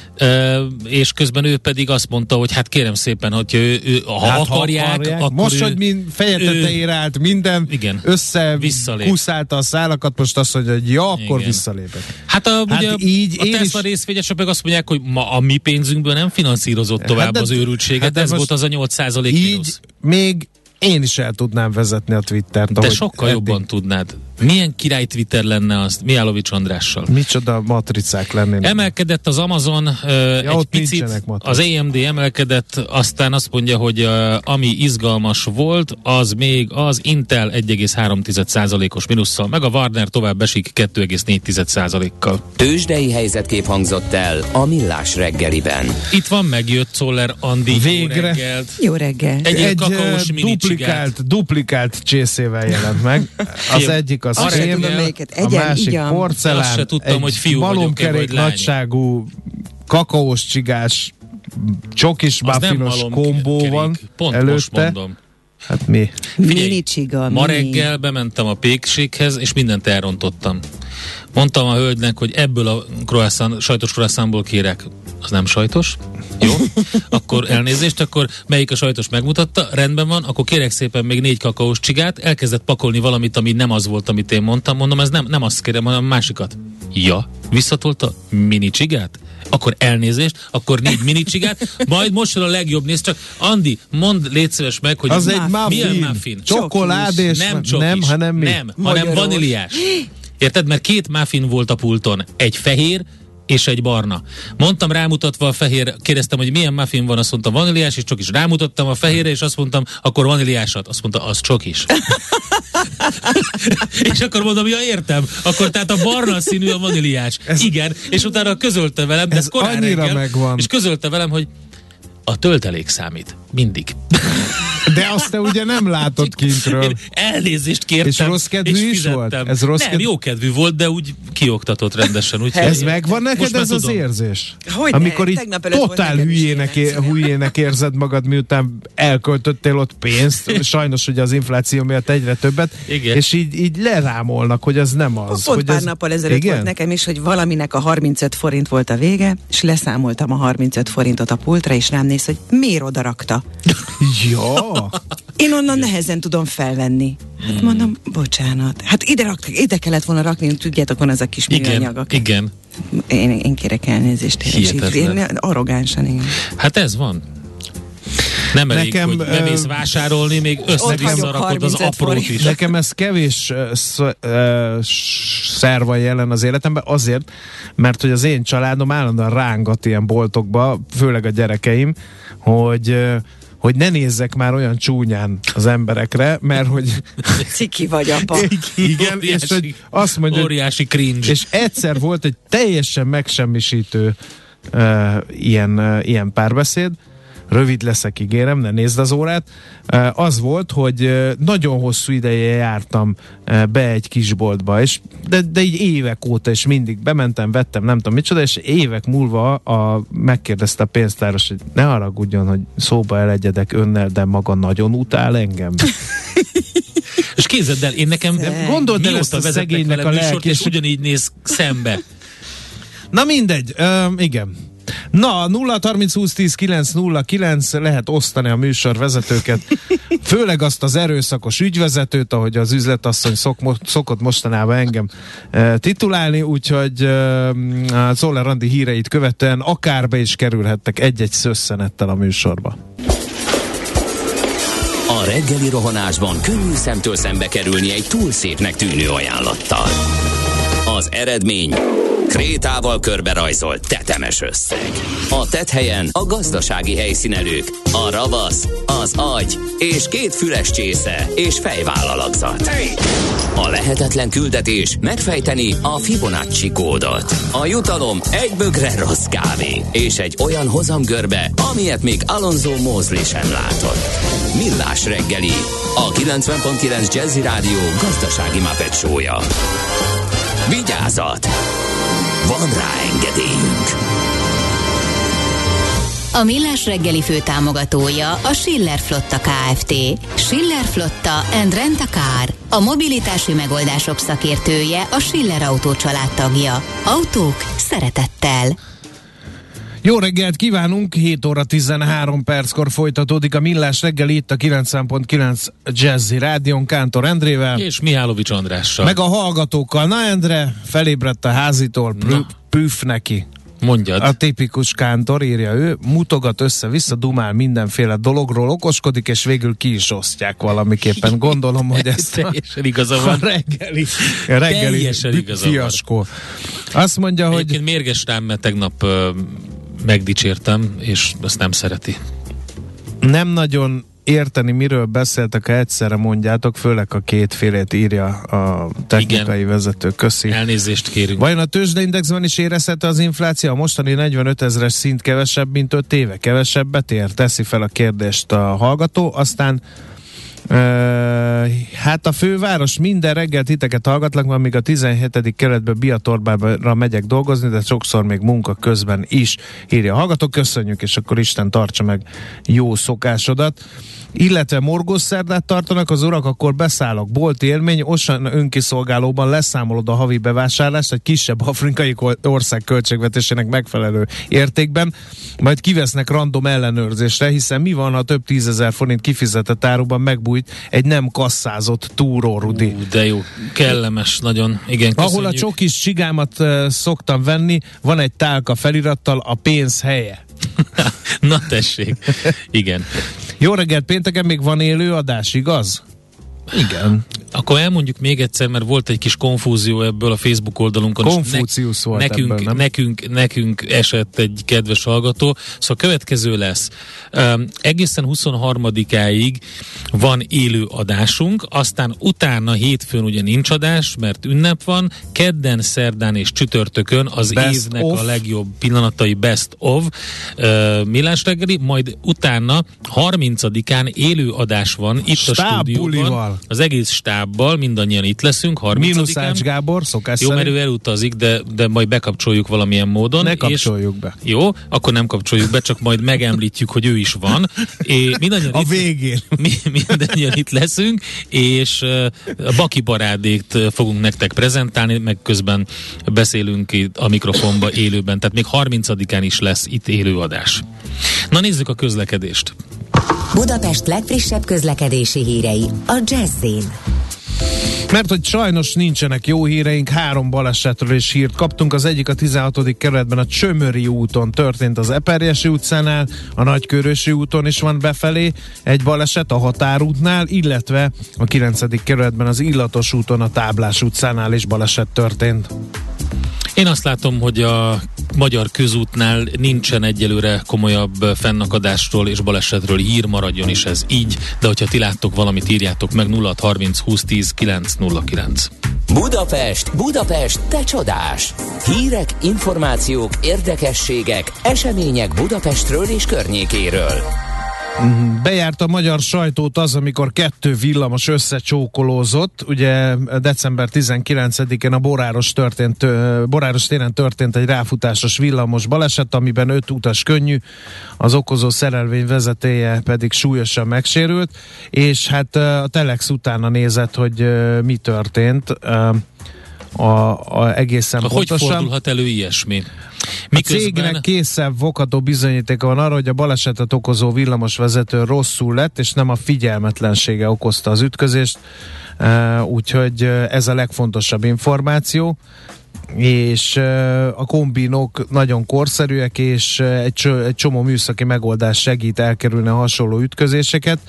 és közben ő pedig azt mondta, hogy hát kérem szépen, hogy ő, ő, ha, hát, akarják, ha akarják, akkor
most,
ő,
hogy mind feje tetejére állt minden, összekuszálta a szálakat, most azt mondja, hogy ja, akkor igen. visszalépek.
Hát, a, hát ugye így a Tesla is... részvényesek meg azt mondják, hogy ma a mi pénzünkből nem finanszírozott tovább hát de, az őrültséget, hát ez volt az a nyolc százalék
így
mínusz.
Még én is el tudnám vezetni a Twittert.
De sokkal eddig... jobban tudnád. Milyen király Twitter lenne az Mihálovics Andrással?
Micsoda matricák lennének.
Emelkedett az Amazon uh, ja, egy picit, az á em dé emelkedett, aztán azt mondja, hogy uh, ami izgalmas volt, az még az Intel egy egész három százalékos minusszal, meg a Warner tovább esik kettő egész négy százalékkal.
Tőzsdei helyzetkép hangzott el a Millás reggeliben.
Itt van, megjött Czoller Andi.
Végre.
Jó reggelt.
Jó reggel.
Egy, egy kakaós
duplikált, duplikált csészével jelent meg. Az egyik az fém, a másik porcelán,
tudtam, egy
malomkerék nagyságú kakaós csigás csokis muffinos kombó van
pont
előtte.
Most mondom.
Hát mi?
Mini csiga.
Ma
mini.
reggel bementem a pékséghez, és mindent elrontottam. Mondtam a hölgynek, hogy ebből a croissant, sajtos croissantból kérek. Az nem sajtos? Jó? Akkor elnézést, akkor melyik a sajtos megmutatta? Rendben van, akkor kérek szépen még négy kakaós csigát. Elkezdett pakolni valamit, ami nem az volt, amit én mondtam. Mondom, ez nem, nem azt kérem, hanem a másikat. Ja, visszatolta mini csigát? Akkor elnézést, akkor négy mini csigát, majd most jön a legjobb, nézd csak. Andi, mondd, légy szíves meg, hogy
az egy muffin.
Milyen muffin?
Csokoládés.
Nem csokis.
Nem, hanem mi?
Nem, hanem vaníliás. Érted? Mert két muffin volt a pulton. Egy fehér, és egy barna. Mondtam rámutatva a fehér, kérdeztem, hogy milyen muffin van, azt mondta vaníliás, és csokis. Rámutattam a fehérre, és azt mondtam, akkor vaníliásat. Azt mondta, az csokis. És akkor mondom, ja értem, akkor tehát a barna színű a vaníliás. Ez, igen, és utána közölte velem, de ez korán reggel, megvan. És közölte velem, hogy a töltelék számít. Mindig.
De azt te ugye nem látod kintről.
Én elnézést kértem.
És rossz kedvű
és
is volt?
Ez rossz nem, kedv... jó kedvű volt, de úgy kioktatott rendesen. Úgy
ez megvan neked ez az érzés?
Hogy
amikor
ne?
így totál hülyének, é- hülyének érzed magad, miután elköltöttél ott pénzt, sajnos ugye az infláció miatt egyre többet, igen. És így, így lerámolnak, hogy ez nem az.
Pont
hogy
pár
ez...
nappal ezelőtt volt nekem is, hogy valaminek a harmincöt forint volt a vége, és leszámoltam a harmincöt forintot a pultra, és rám néz, hogy miért oda rakta.
Ja.
Én onnan nehezen tudom felvenni. Hát mondom, mondom, bocsánat. Hát ide, rak, ide kellett volna rakni, tudjátok, van az a kis műanyag.
Igen,
igen. Én, én kérek elnézést. Én arrogánsan, igen.
Hát ez van. Nem elég,
nekem,
hogy bemész vásárolni, még össze-visszarakod az aprót forint. is.
Nekem ez kevés uh, szer van jelen az életemben, azért, mert hogy az én családom állandóan rángat ilyen boltokba, főleg a gyerekeim, hogy uh, hogy ne nézzek már olyan csúnyán az emberekre, mert hogy...
Ciki vagy, apa.
Igen, óriási, és hogy azt mondja...
Óriási cringe.
És egyszer volt egy teljesen megsemmisítő uh, ilyen, uh, ilyen párbeszéd, rövid leszek, ígérem, ne nézd az órát. Az volt, hogy nagyon hosszú ideje jártam be egy kisboltba, és de, de így évek óta, és mindig bementem, vettem, nem tudom micsoda, és évek múlva a, megkérdezte a pénztáros, hogy ne haragudjon, hogy szóba elegyedek önnel, de maga nagyon utál engem.
És képzeld el, én nekem
gondold el ezt a szegénynek a lelki,
és ugyanígy néz szembe.
Na mindegy, uh, igen. Na, nulla harminc húsz tíz kilenc nulla kilenc, lehet osztani a műsorvezetőket, főleg azt az erőszakos ügyvezetőt, ahogy az üzletasszony szok, mo- szokott mostanában engem e, titulálni, úgyhogy e, a Czoller Andi híreit követően akár be is kerülhettek egy-egy szösszenettel a műsorba.
A reggeli rohanásban könnyű szemtől szembe kerülni egy túl szépnek tűnő ajánlattal. Az eredmény... krétával körberajzolt tetemes összeg. A tetthelyen a gazdasági helyszínelők, a ravasz, az agy és két füles csésze és fejvállalakzat. A lehetetlen küldetés megfejteni a Fibonacci kódot. A jutalom egy bögre rossz kávé és egy olyan hozamgörbe, amilyet még Alonso Mosley sem látott. Millás reggeli, a kilencven pont kilenc Jazzy Rádió gazdasági Muppet show-ja. Vigyázat! Van rá engedélyünk!
A Millás reggeli főtámogatója a Schiller Flotta Kft. Schiller Flotta and Rent a Car. A mobilitási megoldások szakértője, a Schiller Autó család tagja. Autók szeretettel.
Jó reggelt kívánunk, hét óra tizenhárom perckor folytatódik a Millás reggeli itt a kilencven pont kilenc Jazzy Rádión Kántor Endrével.
És Mihálovics Andrással.
Meg a hallgatókkal. Na Endre, felébredt a házitól, püf neki.
Mondjad.
A tipikus Kántor, írja ő, mutogat össze-vissza, dumál mindenféle dologról, okoskodik, és végül ki is osztják valamiképpen. Gondolom, hogy ezt a, a reggeli, reggeli fiaskó. Azt mondja, hogy...
Egyébként mérges rám, mert tegnap uh, megdicsértem, és ezt nem szereti.
Nem nagyon érteni, miről beszéltek, ha egyszerre mondjátok, főleg a kétfélét írja a technikai Igen. vezető. Köszi.
Elnézést kérünk.
Vajon a tőzsdeindexben is érezhető az infláció? A mostani negyvenöt ezres szint kevesebb, mint öt éve. Kevesebbet ér? Teszi fel a kérdést a hallgató. Aztán Uh, hát a főváros minden reggel titeket hallgatlak, mert még a tizenhetedik kerületbe Biatorbára megyek dolgozni, de sokszor még munka közben is, írja a hallgató. Köszönjük, és akkor Isten tartsa meg jó szokásodat. Illetve morgószerdát tartanak az urak, akkor beszállok. Bolti élmény, Osan önkiszolgálóban leszámolod a havi bevásárlást egy kisebb afrikai ország költségvetésének megfelelő értékben, majd kivesznek random ellenőrzésre, hiszen mi van, ha több tízezer forint kifizetett áruban megbújt egy nem kasszázott túró, Rudi.
Ú, de jó, kellemes, nagyon. Igen, köszönjük.
Ahol a csokis csigámat uh, szoktam venni, van egy tálka felirattal, a pénz helye.
Na tessék, igen.
Jó reggelt, pénteken még van élő adás, igaz? Igen.
Akkor elmondjuk még egyszer, mert volt egy kis konfúzió ebből a Facebook oldalunkon.
Konfúciusz ne, volt
nekünk,
ebből, nem?
Nekünk, nekünk esett egy kedves hallgató. Szóval következő lesz. Um, egészen huszonharmadikáig van élő adásunk, aztán utána hétfőn ugye nincs adás, mert ünnep van, kedden, szerdán és csütörtökön az best évnek of. a legjobb pillanatai best of uh, Millás reggeli, majd utána harmincadikán élő adás van itt Stáb a stúdióban. Bulival. Az egész stábbal, mindannyian itt leszünk, harmincadikán. Mínusz
Ács Gábor, szokás
Jó, mert ő elutazik, de, de majd bekapcsoljuk valamilyen módon.
Ne kapcsoljuk
és,
be.
Jó, akkor nem kapcsoljuk be, csak majd megemlítjük, hogy ő is van. É, mindannyian
a
itt,
végén.
Mi, mindannyian itt leszünk, és uh, a Baki parádét fogunk nektek prezentálni, meg közben beszélünk itt a mikrofonba élőben, tehát még harmincadikán is lesz itt élőadás. Na nézzük a közlekedést.
Budapest legfrissebb közlekedési hírei a Jazz-in.
Mert hogy sajnos nincsenek jó híreink, három balesetről is hírt kaptunk. Az egyik a tizenhatodik kerületben a Csömöri úton történt, az Eperjesi utcánál, a Nagykőrösi úton is van befelé egy baleset, a Határútnál, illetve a kilencedik kerületben az Illatos úton, a Táblás utcánál is baleset történt.
Én azt látom, hogy a magyar közútnál nincsen egyelőre komolyabb fennakadásról és balesetről hír, maradjon is ez így, de hogyha ti láttok valamit, írjátok meg nulla hat harminc húsz tíz kilenc nulla kilenc.
Budapest, Budapest, te csodás! Hírek, információk, érdekességek, események Budapestről és környékéről.
Bejárt a magyar sajtót az, amikor kettő villamos összecsókolózott. Ugye december tizenkilencedikén a Boráros, történt, Boráros téren történt egy ráfutásos villamos baleset, amiben öt utas könnyű, az okozó szerelvény vezetője pedig súlyosan megsérült, és hát a Telex utána nézett, hogy mi történt. A, a egészen
a
pontosan.
Hogy fordulhat elő ilyesmi?
Miközben... A cégnek készen fogható bizonyítéka van arra, hogy a balesetet okozó villamosvezető rosszul lett, és nem a figyelmetlensége okozta az ütközést, úgyhogy ez a legfontosabb információ, és a kombinok nagyon korszerűek, és egy csomó műszaki megoldás segít elkerülni a hasonló ütközéseket,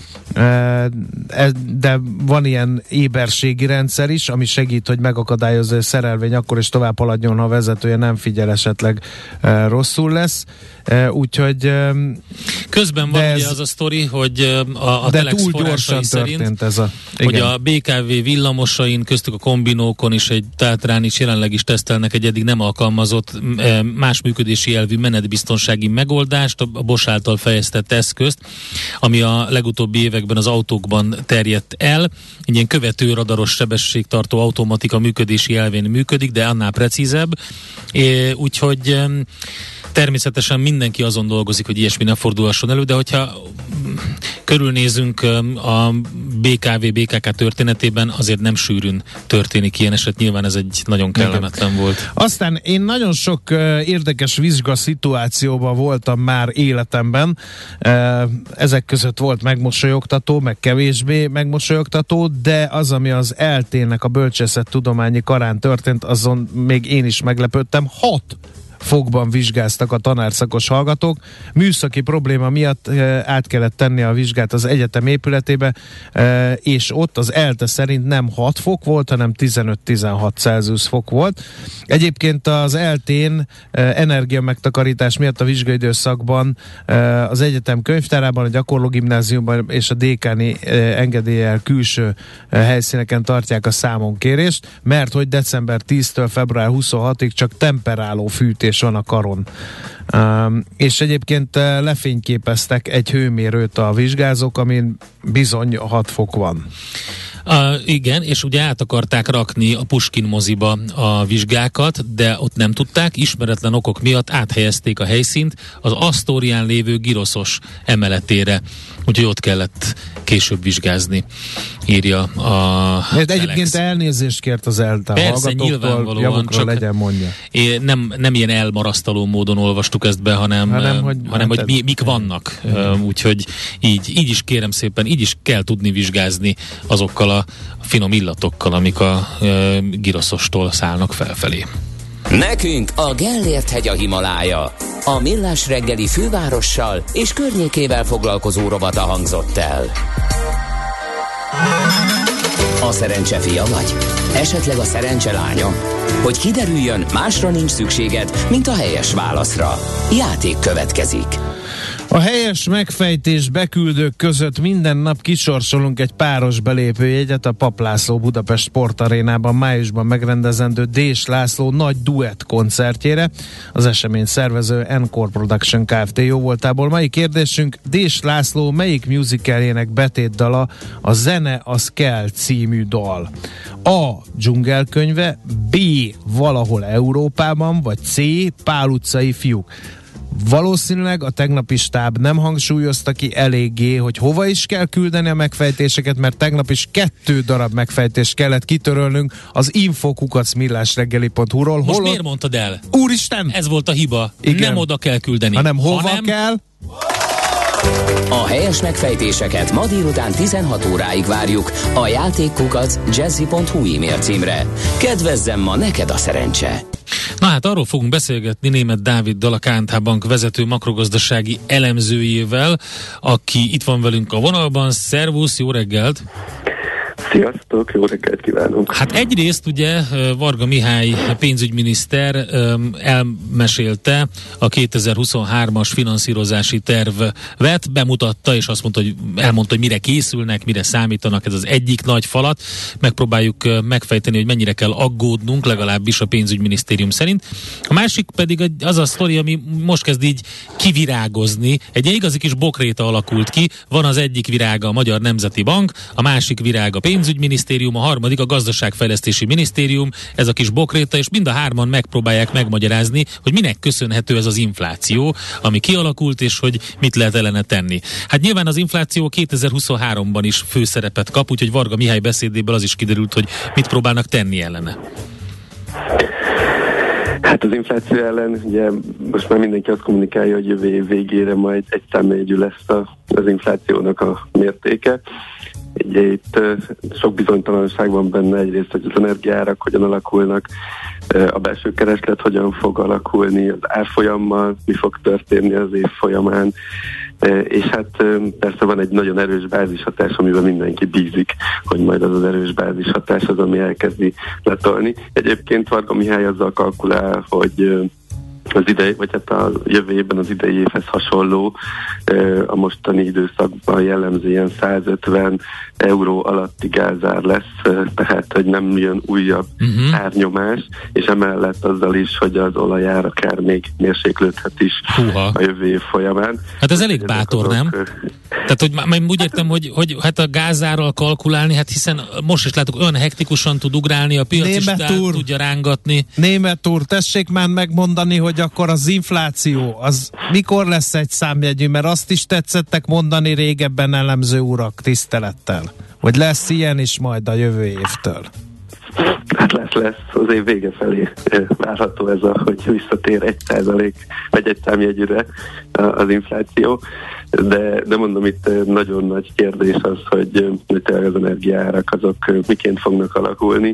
de van ilyen éberségi rendszer is, ami segít, hogy megakadályozza a szerelvény akkor is tovább haladjon, ha a vezetője nem figyel, esetleg rosszul lesz. Úgyhogy
közben van ugye az a sztori, hogy a, a Telex forrásai szerint,
ez a,
hogy a bé ká vé villamosain, köztük a kombinókon is egy Tátrán is jelenleg is tesztelnek egy eddig nem alkalmazott más működési elvű menetbiztonsági megoldást, a Bosch által fejlesztett eszközt, ami a legutóbbi években az autókban terjedt el. Egy ilyen követő radaros sebességtartó automatika működési elvén működik, de annál precízebb. É, úgyhogy természetesen mindenki azon dolgozik, hogy ilyesmi ne fordulhasson elő, de hogyha körülnézünk a bé ká vé bé ká ká történetében, azért nem sűrűn történik ilyen eset, nyilván ez egy nagyon kellemetlen volt.
Aztán én nagyon sok uh, érdekes vizsga szituációban voltam már életemben. Uh, ezek között volt megmosolyogtató, meg kevésbé megmosolyogtató, de az, ami az é el té-nek a bölcsészettudományi karán történt, azon még én is meglepődtem. Hat fokban vizsgáztak a tanárszakos hallgatók. Műszaki probléma miatt e, át kellett tenni a vizsgát az egyetem épületébe, e, és ott az é el té szerint nem hat fok volt, hanem tizenöt-tizenhat Celsius fok volt. Egyébként az é el té-n e, energiamegtakarítás miatt a vizsgaidőszakban e, az egyetem könyvtárában, a gyakorlógimnáziumban és a dékáni e, engedéllyel külső e, helyszíneken tartják a számonkérést, mert hogy december tíztől február huszonhatodikáig csak temperáló fűtés van a karon. Um, és egyébként uh, lefényképeztek egy hőmérőt a vizsgázók, amin bizony hat fok van.
Uh, igen, és ugye át akarták rakni a Puskin moziba a vizsgákat, de ott nem tudták, ismeretlen okok miatt áthelyezték a helyszínt az Asztórián lévő Giroszos emeletére, úgyhogy ott kellett később vizsgázni, írja a
Telex. Egyébként elnézést kért az é el té hallgatóktól, javukra legyen mondja.
Nem, nem ilyen elmarasztaló módon olvastuk ezt be, hanem, hanem hogy, hanem, hogy mi, mik vannak. Uh, úgyhogy így, így is kérem szépen, így is kell tudni vizsgázni azokkal a finom illatokkal, amik a uh, Giroszostól szállnak felfelé.
Nekünk a Gellért hegy a Himalája. A Millás reggeli fővárossal és környékével foglalkozó rovata hangzott el. A szerencse fia vagy? Esetleg a szerencse lánya? Hogy kiderüljön, másra nincs szükséged, mint a helyes válaszra. Játék következik.
A helyes megfejtés beküldők között minden nap kisorsolunk egy páros belépőjegyet a Papp László Budapest Sportarénában májusban megrendezendő Dés László nagy duett koncertjére. Az esemény szervező Encore Production Kft. Jóvoltából. Mai kérdésünk: Dés László melyik musicaljének betétdala a Zene az kell című dal? A. Dzsungelkönyve, B. Valahol Európában, vagy C. Pál utcai fiúk. Valószínűleg a tegnapi stáb nem hangsúlyozta ki eléggé, hogy hova is kell küldeni a megfejtéseket, mert tegnap is kettő darab megfejtést kellett kitörölnünk az info kukac millásreggeli pont hu-ról.
Most
Hol
miért mondtad el?
Úristen!
Ez volt a hiba.
Igen.
Nem oda kell küldeni.
Hanem hova
hanem...
kell?
A helyes megfejtéseket ma délután tizenhat óráig várjuk a játékkukac jazzy pont hu e-mail címre. Kedvezzem ma neked a szerencse!
Na hát arról fogunk beszélgetni Németh Dáviddal, a ká en té Bank vezető makrogazdasági elemzőjével, aki itt van velünk a vonalban. Szervusz, jó reggelt!
Sziasztok, jó reggelt kívánok!
Hát egyrészt ugye Varga Mihály pénzügyminiszter elmesélte a kétezer-huszonhármas finanszírozási tervet, bemutatta, és azt mondta, hogy elmondta, hogy mire készülnek, mire számítanak, ez az egyik nagy falat. Megpróbáljuk megfejteni, hogy mennyire kell aggódnunk, legalábbis a pénzügyminisztérium szerint. A másik pedig az a sztori, ami most kezd így kivirágozni. Egy igazi kis bokréta alakult ki. Van az egyik virága a Magyar Nemzeti Bank, a másik virág a pénzügyminisztérium, a harmadik a gazdaságfejlesztési minisztérium, ez a kis bokréta, és mind a hárman megpróbálják megmagyarázni, hogy minek köszönhető ez az infláció, ami kialakult, és hogy mit lehet ellene tenni. Hát nyilván az infláció kétezer-huszonháromban is főszerepet kap, úgyhogy Varga Mihály beszédéből az is kiderült, hogy mit próbálnak tenni ellene.
Hát az infláció ellen ugye most már mindenki azt kommunikálja, hogy jövő év végére majd egy számjegyű lesz a, az inflációnak a mértéke. Ugye itt sok bizonytalanság van benne, egyrészt, hogy az energiaárak hogyan alakulnak, a belső kereslet hogyan fog alakulni, az árfolyammal mi fog történni az év folyamán, és hát persze van egy nagyon erős bázishatás, amiben mindenki bízik, hogy majd az az erős bázishatás az, ami elkezdi letolni. Egyébként Varga Mihály azzal kalkulál, hogy az idei, vagy hát a jövő évben az idei évhez hasonló, a mostani időszakban jellemzően százötven euró alatti gázár lesz, tehát hogy nem jön újabb uh-huh. árnyomás, és emellett azzal is, hogy az olajár akár még mérséklődhet is Húha. a jövő év folyamán.
Hát ez elég bátor, azok, nem? Tehát, hogy már úgy értem, hogy, hogy hát a gázárral kalkulálni, hát hiszen most is látok, olyan hektikusan tud ugrálni, a piac is tudja rángatni.
Németh úr, tessék már megmondani, hogy akkor az infláció, az mikor lesz egy számjegyű, mert azt is tetszettek mondani régebben elemző urak tisztelettel, hogy lesz ilyen is majd a jövő évtől.
Hát lesz, lesz. Az év vége felé várható ez a, hogy visszatér egy százalék, vagy egy számjegyűre az infláció. De, de mondom, itt nagyon nagy kérdés az, hogy, hogy tényleg az energiaárak azok miként fognak alakulni.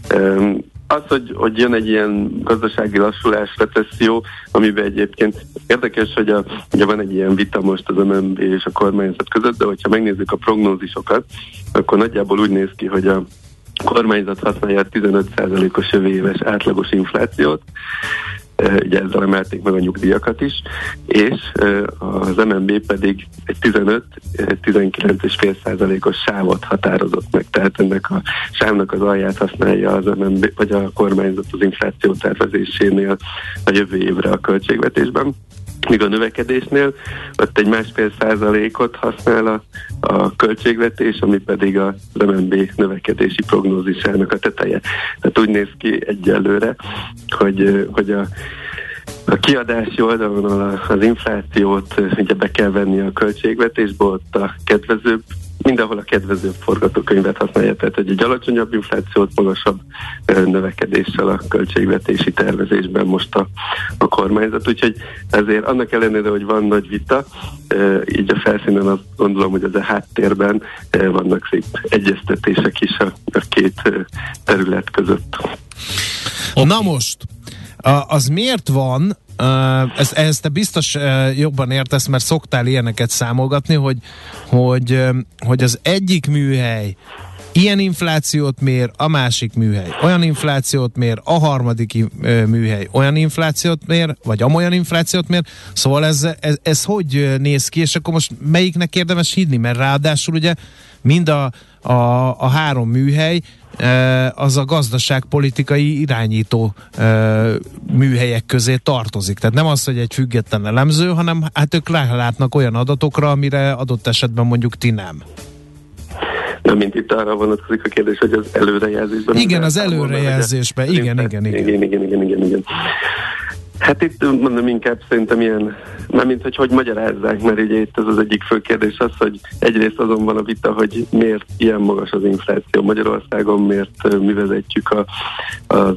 Az, hogy, hogy jön egy ilyen gazdasági lassulás, recesszió, amiben egyébként érdekes, hogy a, ugye van egy ilyen vita most az em en bé és a kormányzat között, de hogyha megnézzük a prognózisokat, akkor nagyjából úgy néz ki, hogy a kormányzat használja a tizenöt százalékos jövő éves átlagos inflációt, ugye ezzel emelték meg a nyugdíjakat is, és az em en bé pedig egy tizenöt-tizenkilenc egész öt százalékos sávot határozott meg, tehát ennek a sávnak az alját használja az em en bé, vagy a kormányzat az infláció tervezésénél a jövő évre a költségvetésben. Míg a növekedésnél ott egy másfél százalékot használ a, a költségvetés, ami pedig az em en bé növekedési prognózisának a teteje. Tehát úgy néz ki egyelőre, hogy, hogy a, a kiadási oldalon az inflációt ugye be kell venni a költségvetésbe, ott a kedvezőbb, mindenhol a kedvezőbb forgatókönyvet használja, tehát hogy egy alacsonyabb inflációt, magasabb növekedéssel a költségvetési tervezésben most a, a kormányzat. Úgyhogy ezért annak ellenére, hogy van nagy vita, így a felszínen azt gondolom, hogy az a háttérben vannak szép egyeztetések is a, a két terület között.
Okay. Na most, az miért van, Uh, ezt, ehhez te biztos uh, jobban értesz, mert szoktál ilyeneket számolgatni, hogy, hogy, uh, hogy az egyik műhely ilyen inflációt mér, a másik műhely olyan inflációt mér, a harmadik uh, műhely olyan inflációt mér, vagy amolyan inflációt mér, szóval ez, ez, ez hogy uh, néz ki, és akkor most melyiknek érdemes hinni, mert ráadásul ugye mind a, a, a három műhely az a gazdaságpolitikai irányító műhelyek közé tartozik. Tehát nem az, hogy egy független elemző, hanem hát ők rálátnak olyan adatokra, amire adott esetben mondjuk ti nem.
Nem, mint itt arra vonatkozik a kérdés, hogy az előrejelzésben...
Igen, az előrejelzésben, igen, igen, igen.
Igen, igen, igen, igen, igen. Hát itt mondom inkább szerintem ilyen, nem mint hogy hogy magyarázzák, mert ugye itt az az egyik fő kérdés az, hogy egyrészt azon van a vita, hogy miért ilyen magas az infláció Magyarországon, miért mi vezetjük a, a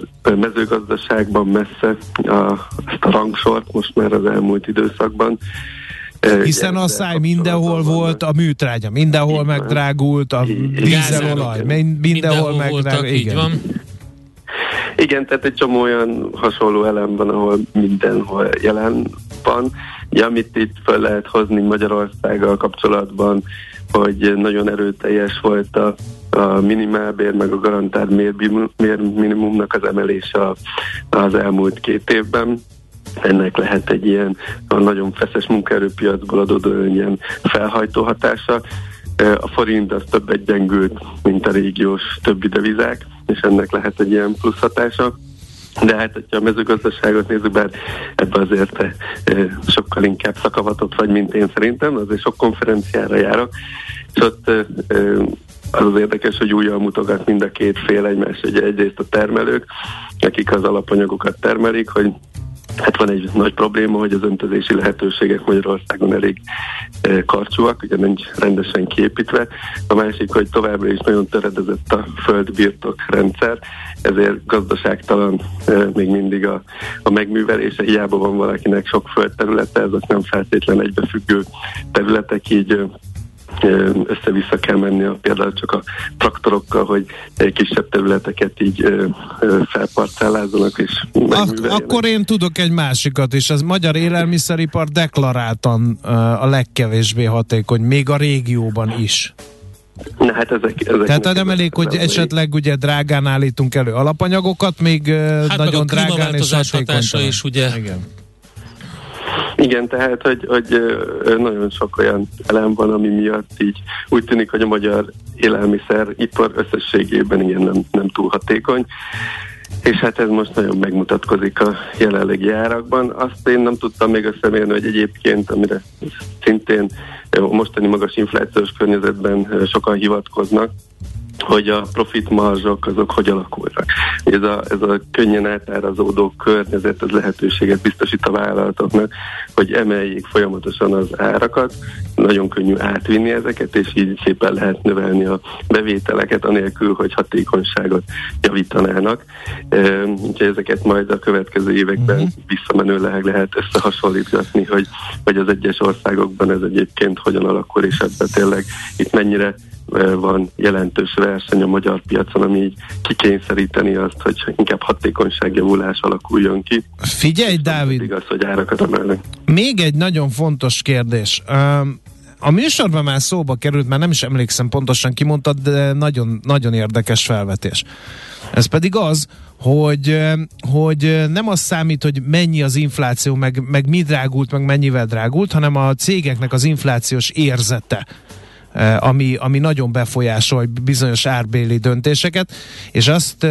mezőgazdaságban messze a, ezt a rangsort most már az elmúlt időszakban.
Hiszen a száj mindenhol volt, a műtrágya mindenhol megdrágult, a dízelolaj mindenhol megdrágult.
Így van.
Igen, tehát egy csomó olyan hasonló elem van, ahol mindenhol jelen van. Ja, amit itt fel lehet hozni Magyarországgal kapcsolatban, hogy nagyon erőteljes volt a, a minimálbér, meg a garantált minimumnak az emelése az elmúlt két évben. Ennek lehet egy ilyen a nagyon feszes munkaerőpiacból adódó ilyen felhajtó hatása. A forint az többet gyengült, mint a régiós többi devizák, és ennek lehet egy ilyen plusz hatása. De hát, hogyha a mezőgazdaságot nézzük, bár ebben azért e, sokkal inkább szakavatott vagy, mint én szerintem, azért sok konferenciára járok, és ott e, az az érdekes, hogy újjal mutogat mind a két fél egymás, hogy egyrészt a termelők, akik az alapanyagokat termelik, hogy hát van egy nagy probléma, hogy az öntözési lehetőségek Magyarországon elég e, karcsúak, ugye nincs rendesen kiépítve. A másik, hogy továbbra is nagyon töredezett a földbirtok rendszer, ezért gazdaságtalan e, még mindig a, a megművelése. Hiába van valakinek sok földterülete, ezek nem feltétlen egybefüggő területek, így össze-vissza kell menni a, például csak a traktorokkal, hogy kisebb területeket így felparcellázzanak és
Ak- Akkor én tudok egy másikat is. Az magyar élelmiszeripar deklaráltan a legkevésbé hatékony, még a régióban is.
Na, hát ezek, ezek
Tehát nem elég, hogy esetleg ugye drágán állítunk elő alapanyagokat, még hát nagyon drágán és hatékonytalan.
Is, ugye?
Igen.
Igen, tehát, hogy, hogy nagyon sok olyan elem van, ami miatt így úgy tűnik, hogy a magyar élelmiszeripar összességében ilyen nem, nem túl hatékony, és hát ez most nagyon megmutatkozik a jelenlegi árakban. Azt én nem tudtam még összemérni, hogy egyébként, amire szintén a mostani magas inflációs környezetben sokan hivatkoznak, hogy a profit marzsok azok hogy alakulnak. Ez a, ez a könnyen átárazódó környezet, az lehetőséget biztosít a vállalatoknak, hogy emeljék folyamatosan az árakat, nagyon könnyű átvinni ezeket, és így szépen lehet növelni a bevételeket, anélkül, hogy hatékonyságot javítanának. Úgyhogy ezeket majd a következő években uh-huh. visszamenőleg lehet összehasonlítgatni, hogy, hogy az egyes országokban ez egyébként hogyan alakul, és ebben tényleg itt mennyire van jelentős verseny a magyar piacon, ami így kikényszeríteni azt, hogy inkább hatékonyságjavulás alakuljon ki.
Figyelj, Dávid!
Igaz, hogy árakat emelnek.
Még egy nagyon fontos kérdés. A műsorban már szóba került, már nem is emlékszem pontosan kimondtad, de nagyon, nagyon érdekes felvetés. Ez pedig az, hogy, hogy nem az számít, hogy mennyi az infláció, meg, meg mi drágult, meg mennyivel drágult, hanem a cégeknek az inflációs érzete, Ami, ami nagyon befolyásol bizonyos árbéli döntéseket, és azt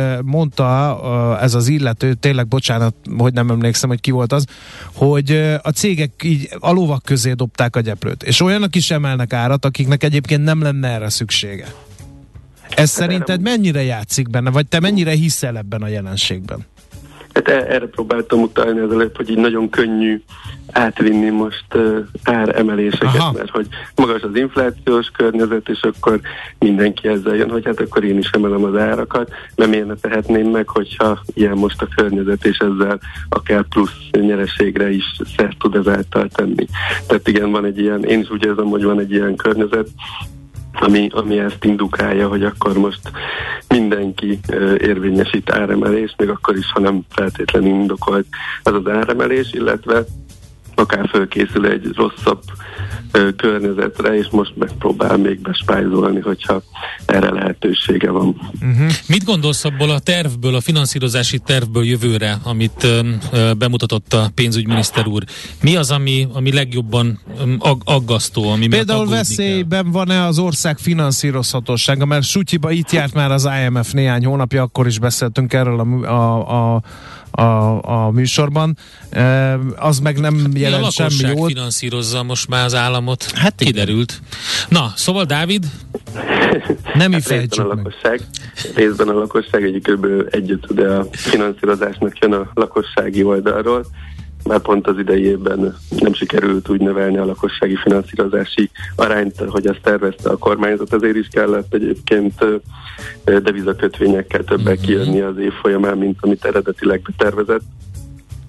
mondta ez az illető, tényleg bocsánat, hogy nem emlékszem, hogy ki volt az, hogy a cégek így a lovak közé dobták a gyeplőt, és olyanok is emelnek árat, akiknek egyébként nem lenne erre szüksége. Ez szerinted mennyire játszik benne, vagy te mennyire hiszel ebben a jelenségben?
Hát erre próbáltam utalni ezelőtt, hogy így nagyon könnyű átvinni most uh, áremeléseket, Aha. mert hogy magas az inflációs környezet, és akkor mindenki ezzel jön, hogy hát akkor én is emelem az árakat, nem én ne tehetném meg, hogyha ilyen most a környezet, és ezzel akár plusz nyereségre is szert tud ezáltal tenni. Tehát igen, van egy ilyen, én is úgy érzem, hogy van egy ilyen környezet, Ami, ami ezt indukálja, hogy akkor most mindenki uh, érvényesít áremelést, még akkor is, ha nem feltétlenül indokolt az az áremelés, illetve akár fölkészül egy rosszabb uh, környezetre, és most megpróbál még bespájzolni, hogyha erre lehetősége van.
Uh-huh. Mit gondolsz abból a tervből, a finanszírozási tervből jövőre, amit uh, bemutatott a pénzügyminiszter úr? Mi az, ami, ami legjobban um, ag- aggasztó? Ami
Például veszélyben kell? Van-e az ország finanszírozhatósága? Mert Sutyiba itt járt már az I M F néhány hónapja, akkor is beszéltünk erről a, a, a A, a műsorban, e, az meg nem jelent semmi jót. A lakosság
finanszírozza most már az államot, hát kiderült. Na, szóval Dávid?
Nem
hát
fejtsük
részben
meg.
A lakosság, részben a lakosság egy kb. Együtt, de a finanszírozásnak jön a lakossági oldalról, már pont az idei évben nem sikerült úgy növelni a lakossági finanszírozási arányt, hogy azt tervezte a kormányzat, ezért is kellett egyébként devizakötvényekkel többel kijönni az év folyamán, mint amit eredetileg betervezett.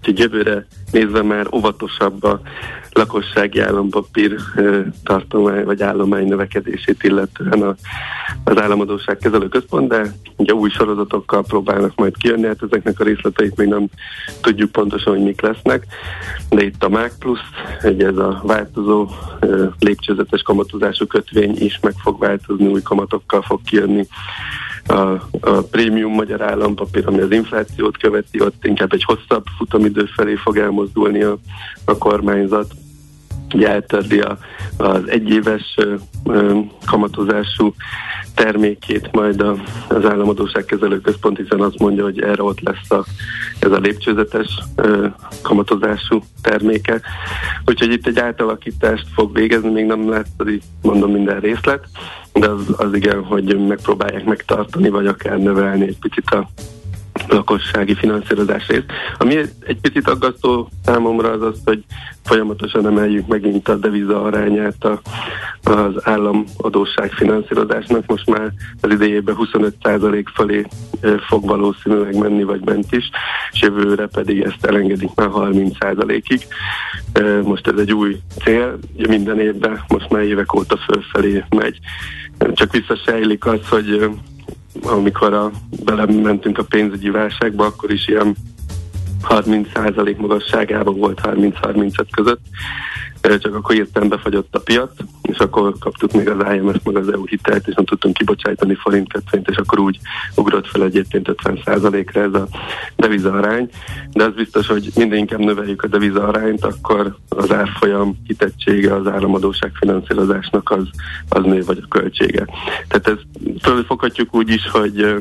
úgyhogy jövőre nézve már óvatosabb a lakossági állampapír tartomány vagy állomány növekedését illetően a, az Államadósságkezelő Központ, de ugye új sorozatokkal próbálnak majd kijönni, hát ezeknek a részleteit még nem tudjuk pontosan, hogy mik lesznek, de itt a MÁG plusz, ugye ez a változó lépcsőzetes kamatozású kötvény is meg fog változni, új kamatokkal fog kijönni. A, a prémium magyar állampapír, ami az inflációt követi, ott inkább egy hosszabb futamidő felé fog elmozdulni a, a kormányzat. Ugye eltörli a, az egyéves ö, ö, kamatozású termékét majd a, az Államadósságkezelő Központ, hiszen azt mondja, hogy erre ott lesz a, ez a lépcsőzetes ö, kamatozású terméke. Úgyhogy itt egy átalakítást fog végezni, még nem lesz, mondom, minden részlet, de az, az igen, hogy megpróbálják megtartani, vagy akár növelni egy picit a lakossági finanszírozás részt. Ami egy, egy picit aggasztó számomra az az, hogy folyamatosan emeljük megint a deviza arányát a, az államadósság finanszírozásnak. Most már az idejében huszonöt százalék fölé e, fog valószínűleg menni, vagy ment is, és jövőre pedig ezt elengedik már harminc százalékig. E, most ez egy új cél, ugye minden évben most már évek óta fölfelé megy. Csak visszasejlik az, hogy amikor a, belementünk a pénzügyi válságba, akkor is ilyen harminc százalék magasságában volt harminc-harmincöt között, csak akkor hirtelen befagyott a piac, és akkor kaptuk még az I M F meg az E U hitelt, és nem tudtunk kibocsájtani forintkötvényt, és akkor úgy ugrott fel egyébként ötven százalékra ez a devizaarány, de az biztos, hogy minden inkább növeljük a devizaarányt, akkor az árfolyam hitettsége az államadósság finanszírozásnak az, az nő, vagy a költsége. Tehát ezt fölfoghatjuk úgy is, hogy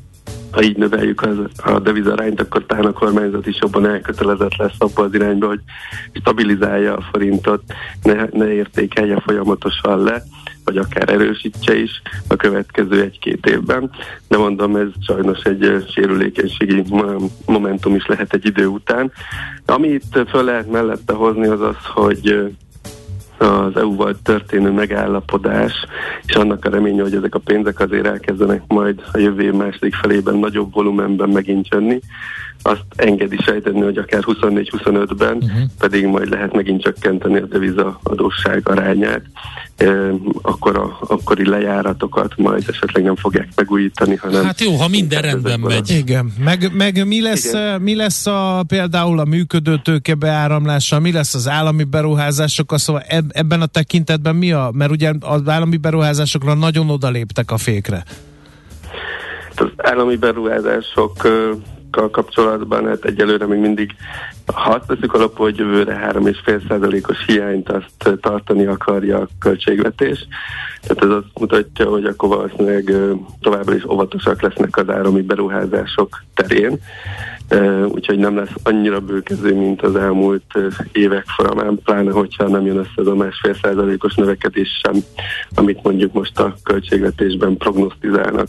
ha így növeljük az, a devizarányt, akkor talán a kormányzat is jobban elkötelezett lesz abba az irányba, hogy stabilizálja a forintot, ne, ne értékelje folyamatosan le, vagy akár erősítse is a következő egy-két évben. De mondom, ez sajnos egy sérülékenységi momentum is lehet egy idő után. Ami itt föl lehet mellette hozni, az az, hogy az é u-val történő megállapodás, és annak a reménye, hogy ezek a pénzek azért elkezdenek majd a jövő év második felében nagyobb volumenben megint jönni, azt engedi sejteni, hogy akár huszonnégy-huszonötben uh-huh. pedig majd lehet megint csökkenteni a deviza adósság arányát, e, akkor a akkori lejáratokat majd esetleg nem fogják megújítani, hanem...
Hát jó, ha minden rendben megy.
Igen, meg, meg mi, lesz, mi lesz a, például a működő tőke beáramlása, mi lesz az állami beruházásokkal, szóval ebben a tekintetben mi a... Mert ugye az állami beruházásokra nagyon odaléptek a fékre.
Az állami beruházások kapcsolatban, hát egyelőre még mindig, ha azt veszük alapul, hogy jövőre három egész öt százalékos hiányt azt tartani akarja a költségvetés. Tehát ez azt mutatja, hogy akkor valószínűleg továbbra is óvatosak lesznek az állami beruházások terén. Úgyhogy nem lesz annyira bőkező, mint az elmúlt évek folyamán, pláne hogyha nem jön össze az a másfél százalékos növekedés sem, amit mondjuk most a költségvetésben prognosztizálnak.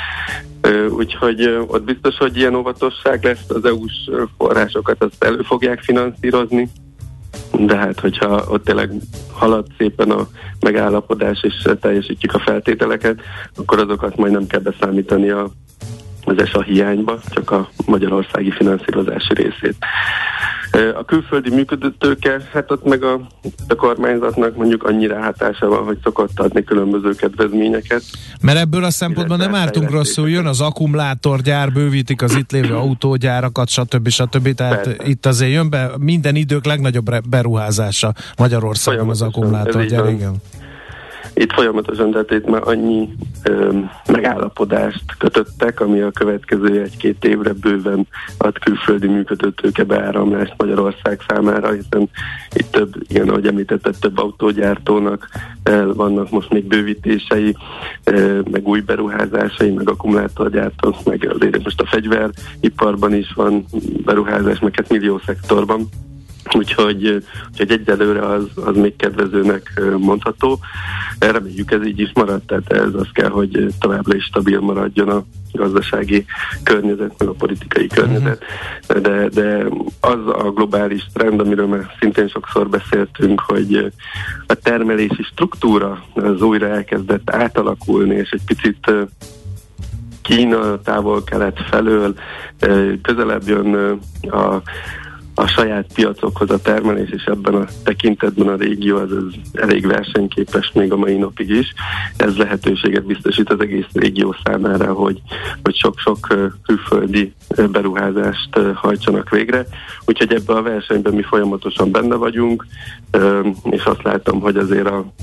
Úgyhogy ott biztos, hogy ilyen óvatosság lesz, az é u-s forrásokat azt elő fogják finanszírozni, de hát hogyha ott tényleg halad szépen a megállapodás és teljesítjük a feltételeket, akkor azokat majd nem kell beszámítani a, az es á hiányba, csak a magyarországi finanszírozási részét. A külföldi működőtőke, hát ott meg a, a kormányzatnak mondjuk annyira hatása van, hogy szokott adni különböző kedvezményeket.
Mert ebből a szempontból nem ártunk rosszul, jön az akkumulátorgyár, bővítik az itt lévő autógyárakat, stb. stb. Tehát persze. Itt azért jön be minden idők legnagyobb beruházása Magyarországon az akkumulátorgyár, igen.
Itt folyamatosan, tehát itt már annyi ö, megállapodást kötöttek, ami a következő egy-két évre bőven ad külföldi működőtőke beáramlást Magyarország számára, hiszen itt több, igen, ahogy említetted, több autógyártónak ö, vannak most még bővítései, ö, meg új beruházásai, meg akkumulátorgyártók, meg azért most a fegyveriparban is van beruházás, meg hát millió szektorban. Úgyhogy, úgyhogy egyelőre az, az még kedvezőnek mondható. Reméljük ez így is marad, tehát ez az kell, hogy továbbra is stabil maradjon a gazdasági környezet, meg a politikai környezet. De, de az a globális trend, amiről már szintén sokszor beszéltünk, hogy a termelési struktúra az újra elkezdett átalakulni, és egy picit Kína, távol-kelet felől közelebb jön a a saját piacokhoz a termelés, és ebben a tekintetben a régió az, az elég versenyképes még a mai napig is. Ez lehetőséget biztosít az egész régió számára, hogy, hogy sok-sok külföldi beruházást hajtsanak végre. Úgyhogy ebben a versenyben mi folyamatosan benne vagyunk, és azt látom, hogy azért a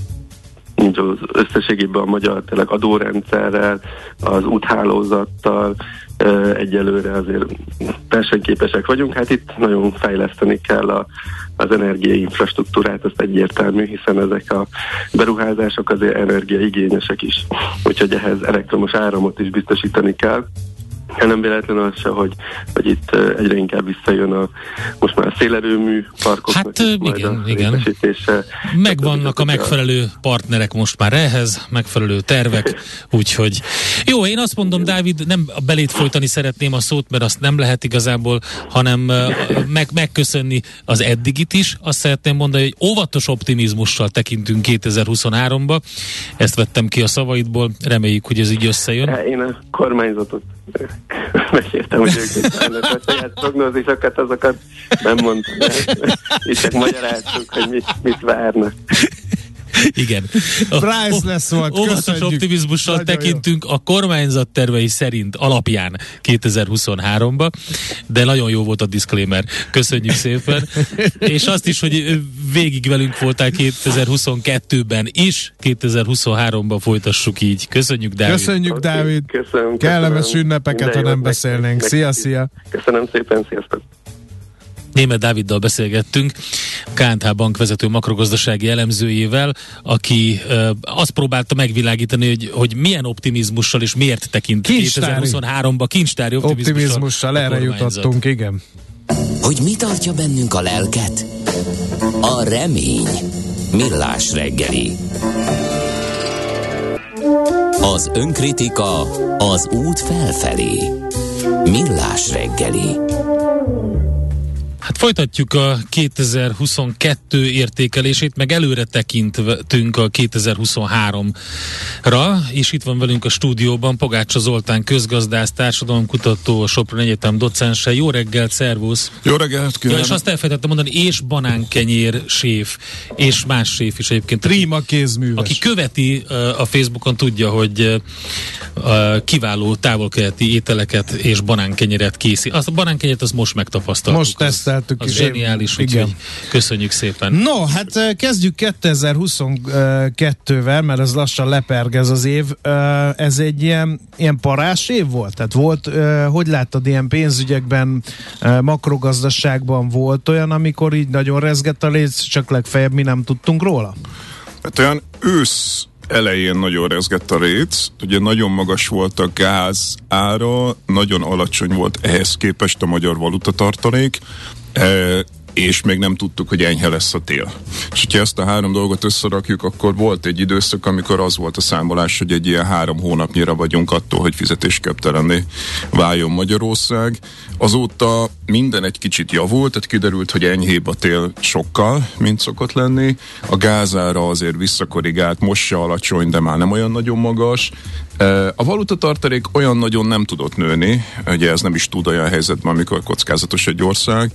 az összességében a magyar tényleg adórendszerrel, az úthálózattal egyelőre azért versenyképesek vagyunk. Hát itt nagyon fejleszteni kell a, az energiai infrastruktúrát, azt egyértelmű, hiszen ezek a beruházások azért energiaigényesek is. Úgyhogy ehhez elektromos áramot is biztosítani kell. Nem véletlenül az se, hogy, hogy itt egyre inkább visszajön a most már a szélerőmű parkoknak.
Hát igen, igen. Megvannak a megfelelő partnerek most már ehhez, megfelelő tervek, úgyhogy jó, én azt mondom, Dávid, nem a belét folytani szeretném a szót, mert azt nem lehet igazából, hanem meg, megköszönni az eddigit is. Azt szeretném mondani, hogy óvatos optimizmussal tekintünk kétezer-huszonháromba. Ezt vettem ki a szavaidból, reméljük, hogy ez így összejön.
Én a kormányzatot meséltem, hogy ők mit a saját prognózisokat, azokat nem mondtam. És csak magyaráztuk, hogy mit, mit várnak.
Igen.
Priceless volt,
óvatos optimizmussal nagyon tekintünk jó. A kormányzat tervei szerint alapján kétezer-huszonháromba, de nagyon jó volt a disclaimer. Köszönjük szépen. És azt is, hogy végig velünk voltál kétezer-huszonkettőben is, kétezer-huszonháromban folytassuk így. Köszönjük, Dávid.
Köszönjük, okay, Dávid.
Köszönöm,
Kellemes
köszönöm.
ünnepeket, ha nem beszélnénk. Szia, szia.
Köszönöm szépen, sziasztok.
Németh Dáviddal beszélgettünk, ká en té Bank vezető makrogazdasági elemzőjével, aki uh, azt próbálta megvilágítani, hogy, hogy milyen optimizmussal és miért tekint kétezer-huszonháromba kincstári optimizmussal.
Optimizmussal erre jutottunk, igen.
Hogy mi tartja bennünk a lelket? A remény. Millás reggeli. Az önkritika az út felfelé. Millás reggeli.
Hát folytatjuk a kétezer-huszonkettő értékelését, meg előre tekintünk a kétezer-huszonháromra, és itt van velünk a stúdióban Pogácsa Zoltán közgazdász, társadalomkutató, a Sopron Egyetem docense. Jó reggelt, szervusz!
Jó reggelt, kívánok!
Ja, és azt elfelejtettem mondani, és banánkenyér séf, és más séf is egyébként.
Prima kézműves.
Aki követi uh, a Facebookon, tudja, hogy uh, kiváló távol-keleti ételeket és banánkenyeret készít. Azt a banánkenyeret azt most megtapasztaltuk.
Most teszteltük.
Az, az zseniális, úgyhogy köszönjük szépen.
No, hát kezdjük kétezer-huszonkettővel, mert ez lassan lepergez az év. Ez egy ilyen, ilyen parás év volt? Tehát volt, hogy láttad, ilyen pénzügyekben, makrogazdaságban volt olyan, amikor így nagyon rezgett a léc, csak legfeljebb mi nem tudtunk róla?
Hát olyan ősz elején nagyon rezgett a réc, ugye nagyon magas volt a gáz ára, nagyon alacsony volt ehhez képest a magyar valutatartalék, e, és még nem tudtuk, hogy enyhe lesz a tél. És hogyha ezt a három dolgot összerakjuk, akkor volt egy időszak, amikor az volt a számolás, hogy egy ilyen három hónapnyira vagyunk attól, hogy fizetésképtelenné váljon Magyarország. Azóta minden egy kicsit javult, tehát kiderült, hogy enyhébb a tél sokkal, mint szokott lenni. A gázára azért visszakorrigált, most se alacsony, de már nem olyan nagyon magas. A valutatartalék olyan nagyon nem tudott nőni, ugye ez nem is tud olyan helyzetben, amikor kockázatos egy ország,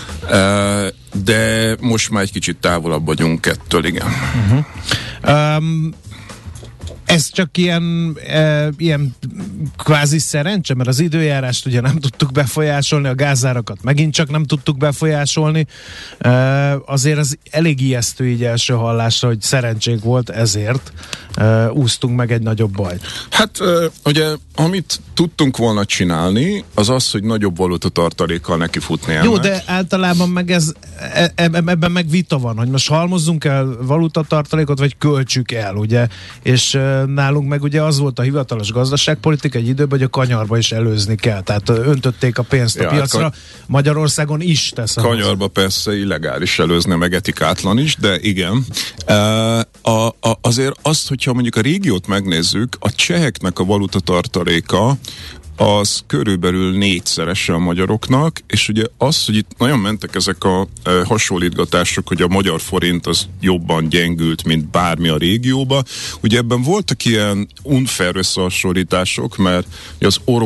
de most már egy kicsit távolabb vagyunk ettől, igen.
Uh-huh. Um, ez csak ilyen, e, ilyen kvázi szerencse, mert az időjárást ugye nem tudtuk befolyásolni, a gázárakat megint csak nem tudtuk befolyásolni. E, azért az elég ijesztő így első hallásra, hogy szerencsénk volt, ezért e, úsztunk meg egy nagyobb bajt.
Hát e, ugye, amit tudtunk volna csinálni, az az, hogy nagyobb valutatartalékkal neki futni ennek.
Jó, de általában meg ez, e, ebben meg vita van, hogy most halmozzunk el valutatartalékot, vagy költsük el, ugye, és nálunk meg ugye az volt a hivatalos gazdaságpolitika egy időben, hogy a kanyarba is előzni kell. Tehát öntötték a pénzt ja, a piacra. Kany- Magyarországon is tesz.
Kanyarba persze illegális előzni, meg etikátlan is, de igen. Uh, a, a, azért azt, hogyha mondjuk a régiót megnézzük, a cseheknek a valutatartaléka az körülbelül négyszerese a magyaroknak, és ugye az, hogy itt nagyon mentek ezek a e, hasonlítgatások, hogy a magyar forint az jobban gyengült, mint bármi a régióba. Ugye ebben voltak ilyen unfair összehasonlítások, mert az orosz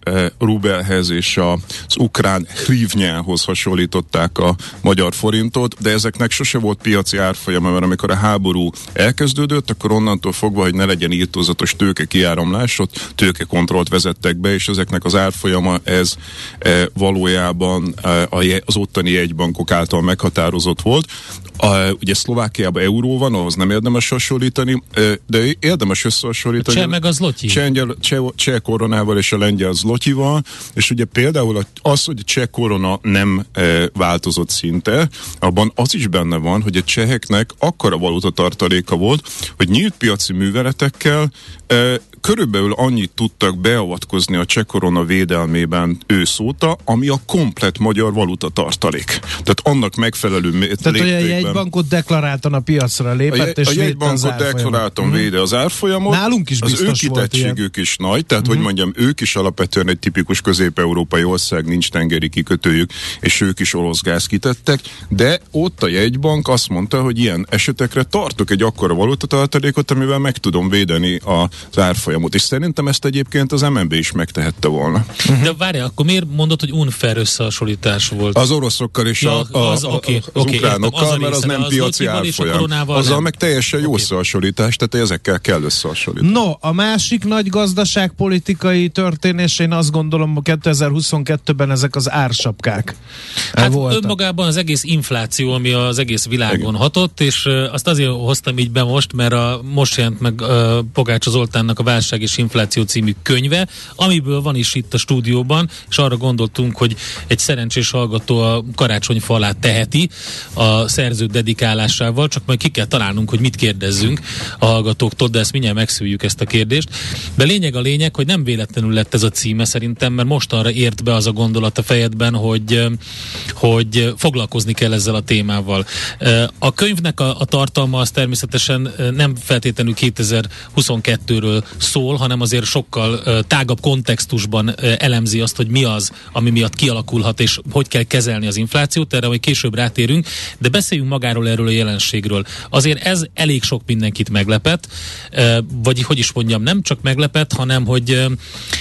rubelhez és az ukrán hrivnyához hasonlították a magyar forintot, de ezeknek sose volt piaci árfolyama, mert amikor a háború elkezdődött, akkor onnantól fogva, hogy ne legyen írtózatos tőke kiáramlás, ott tőkekontrollt vezettek be, és ezeknek az árfolyama ez e, valójában e, az ottani jegybankok által meghatározott volt. A, ugye Szlovákiában euró van, ahhoz nem érdemes hasonlítani, de érdemes összehasonlítani.
A cseh meg az zloty.
Cseh, cseh, cseh koronával és a lengyel zlotyival, és ugye például az, hogy a cseh korona nem e, változott szinte, abban az is benne van, hogy a cseheknek akkora valutatartaléka volt, hogy nyílt piaci műveletekkel e, körülbelül annyit tudtak beavatkozni a cseh korona védelmében ősz óta, ami a komplett magyar valutatartalék. Tehát annak megfelelő léptékben.
Tehát, hogy a jegybankot deklaráltan a piacra lépett,
a,
és
a jegybankot deklaráltan mm. véde az árfolyamot.
Nálunk is biztos
az ő kitettségük is nagy, tehát mm. hogy mondjam, ők is alapvetően egy tipikus közép-európai ország, nincs tengeri kikötőjük, és ők is orosz gáz kitettek, de ott a jegybank azt mondta, hogy ilyen esetekre tartok egy akkora valutatartalékot, amivel meg tudom védeni az árfolyamot. És szerintem ezt egyébként az em en bé is megtehette volna.
De várjál, akkor miért mondod, hogy unfair összehasonlítás volt?
Az oroszokkal és ja, a, a, az, a, okay, az okay, ukránokkal, értem, mert az nem az piaci árfolyam. Azzal nem. Meg teljesen jó okay. összehasonlítás, tehát ezekkel kell összehasonlítani.
No, a másik nagy gazdaságpolitikai történés, én azt gondolom, kétezer-huszonkettőben ezek az ársapkák
hát
voltak.
Önmagában az egész infláció, ami az egész világon igen. hatott, és azt azért hoztam így be most, mert a, most jelent meg uh, Pogácsa Zoltánnak a Válság és Infláció című könyve, amiből van is itt a stúdióban, és arra gondoltunk, hogy egy szerencsés hallgató a karácsonyfa alá teheti a szerző dedikálásával, csak majd ki kell találnunk, hogy mit kérdezzünk a hallgatóktól, de ezt mindjárt megszűjjük ezt a kérdést. De lényeg a lényeg, hogy nem véletlenül lett ez a címe szerintem, mert most arra ért be az a gondolat a fejedben, hogy, hogy foglalkozni kell ezzel a témával. A könyvnek a, a tartalma az természetesen nem feltétlenül kétezer-huszonkettőről szól, hanem azért sokkal uh, tágabb kontextusban uh, elemzi azt, hogy mi az, ami miatt kialakulhat, és hogy kell kezelni az inflációt, erre majd később rátérünk, de beszéljünk magáról erről a jelenségről. Azért ez elég sok mindenkit meglepett, uh, vagy hogy is mondjam, nem csak meglepett, hanem hogy uh,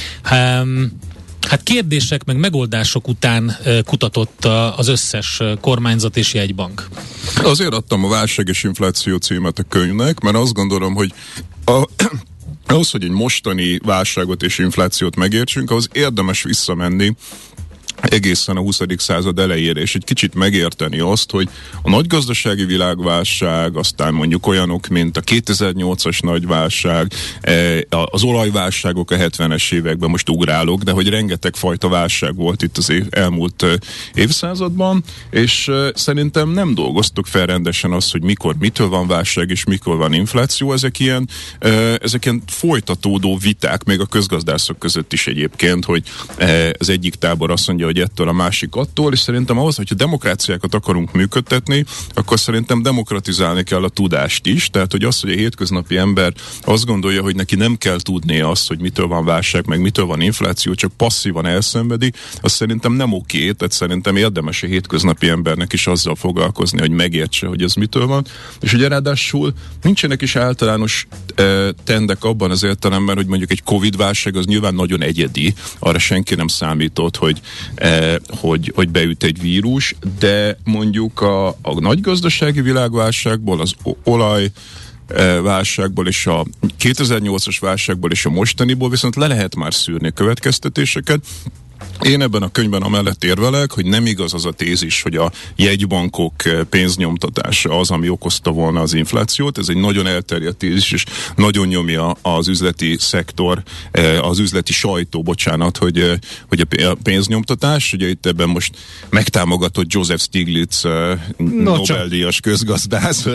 um, hát kérdések meg megoldások után uh, kutatott uh, az összes uh, kormányzat és jegybank.
Azért adtam a Válság és Infláció címet a könyvnek, mert azt gondolom, hogy a ahhoz, hogy egy mostani válságot és inflációt megértsünk, ahhoz érdemes visszamenni egészen a huszadik század elejére, és egy kicsit megérteni azt, hogy a nagy gazdasági világválság, aztán mondjuk olyanok, mint a kétezer-nyolcas nagy válság, az olajválságok a hetvenes években, most ugrálok, de hogy rengeteg fajta válság volt itt az év, elmúlt évszázadban, és szerintem nem dolgoztuk fel rendesen azt, hogy mikor mitől van válság, és mikor van infláció, ezek ilyen, ezek ilyen folytatódó viták, még a közgazdászok között is egyébként, hogy az egyik tábor azt mondja, hogy ettől a másik attól, és szerintem ahhoz, hogyha demokráciákat akarunk működtetni, akkor szerintem demokratizálni kell a tudást is, tehát hogy az, hogy a hétköznapi ember azt gondolja, hogy neki nem kell tudnia azt, hogy mitől van válság, meg mitől van infláció, csak passzívan elszenvedi, az szerintem nem oké, tehát szerintem érdemes a hétköznapi embernek is azzal foglalkozni, hogy megértse, hogy ez mitől van, és ugye ráadásul nincsenek is általános e, tendek abban az értelemben, hogy mondjuk egy Covid válság az nyilván nagyon egyedi, arra senki nem számított, hogy Eh, hogy, hogy beüt egy vírus, de mondjuk a, a nagy gazdasági világválságból, az olaj eh, válságból és a kétezer-nyolcas válságból és a mostaniból viszont le lehet már szűrni következtetéseket. Én ebben a könyvben amellett érvelek, hogy nem igaz az a tézis, hogy a jegybankok pénznyomtatása az, ami okozta volna az inflációt. Ez egy nagyon elterjedt tézis, és nagyon nyomja az üzleti szektor, az üzleti sajtó, bocsánat, hogy, hogy a pénznyomtatás. Ugye itt ebben most megtámogatott Joseph Stiglitz Nobel-díjas közgazdász,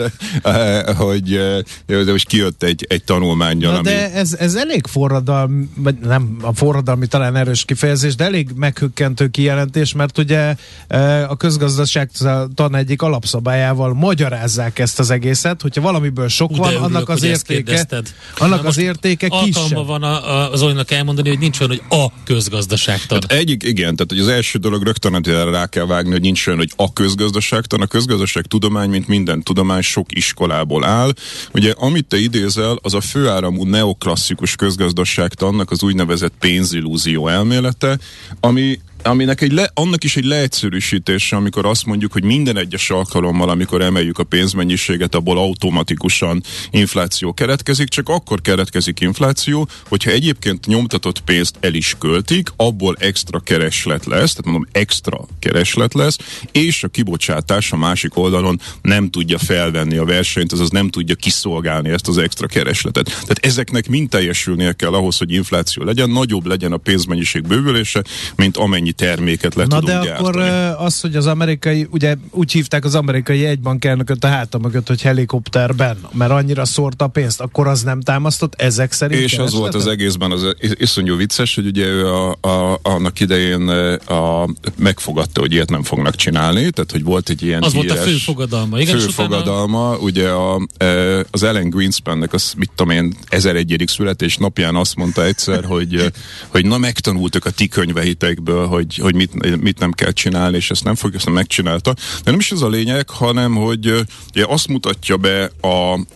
hogy de most kijött egy, egy tanulmánnyal.
Na, de
ami...
ez, ez elég forradalmi, nem a forradalmi talán erős kifejezés, de elég meghökkentő kijelentés, mert ugye a közgazdaságtan egyik alapszabályával magyarázzák ezt az egészet, hogyha valamiből sok
Ú,
van,
örülök,
annak az értéke, annak
Na
az értéke kisebb.
Alkalma van a, a, az olyannak elmondani, hogy nincs olyan, hogy a közgazdaságtan.
Hát egyik, igen, tehát hogy az első dolog rögtön erre rá kell vágni, hogy nincs olyan, hogy a közgazdaságtan. A közgazdaságtudomány, mint minden tudomány, sok iskolából áll. Ugye, amit te idézel, az a főáramú neoklasszikus közgazdaságtannak az úgynevezett pénzillúzió elmélete, ami aminek egy le, annak is egy leegyszerűsítése, amikor azt mondjuk, hogy minden egyes alkalommal, amikor emeljük a pénzmennyiséget, abból automatikusan infláció keletkezik, csak akkor keletkezik infláció, hogyha egyébként nyomtatott pénzt el is költik, abból extra kereslet lesz, tehát mondom, extra kereslet lesz, és a kibocsátás a másik oldalon nem tudja felvenni a versenyt, azaz nem tudja kiszolgálni ezt az extra keresletet. Tehát ezeknek mind teljesülnie kell ahhoz, hogy infláció legyen, nagyobb legyen a pénzmennyiség bővülése, mint amennyi terméket le
Na
tudunk
de
gyártani.
akkor az, hogy az amerikai, ugye úgy hívták az amerikai jegybankelnököt a háta mögött, hogy helikopterben, mert annyira szórta a pénzt, akkor az nem támasztott ezek szerint?
És az volt az egészben az iszonyú vicces, hogy ugye ő a, a, annak idején a, megfogadta, hogy ilyet nem fognak csinálni, tehát hogy volt egy ilyen
az volt a fő fogadalma. Igen,
fő fogadalma, a... ugye a, az Ellen Greenspannek az, mit tudom én, ezeregyedik születés napján azt mondta egyszer, hogy, hogy na megtanultak a ti könyveitekből, hogy hogy, hogy mit, mit nem kell csinálni, és ezt nem fogja, ezt nem megcsinálta. De nem is ez a lényeg, hanem, hogy ugye, azt mutatja be a,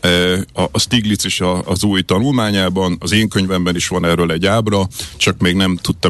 a, a Stiglitz is a, az új tanulmányában, az én könyvemben is van erről egy ábra, csak még nem tudtam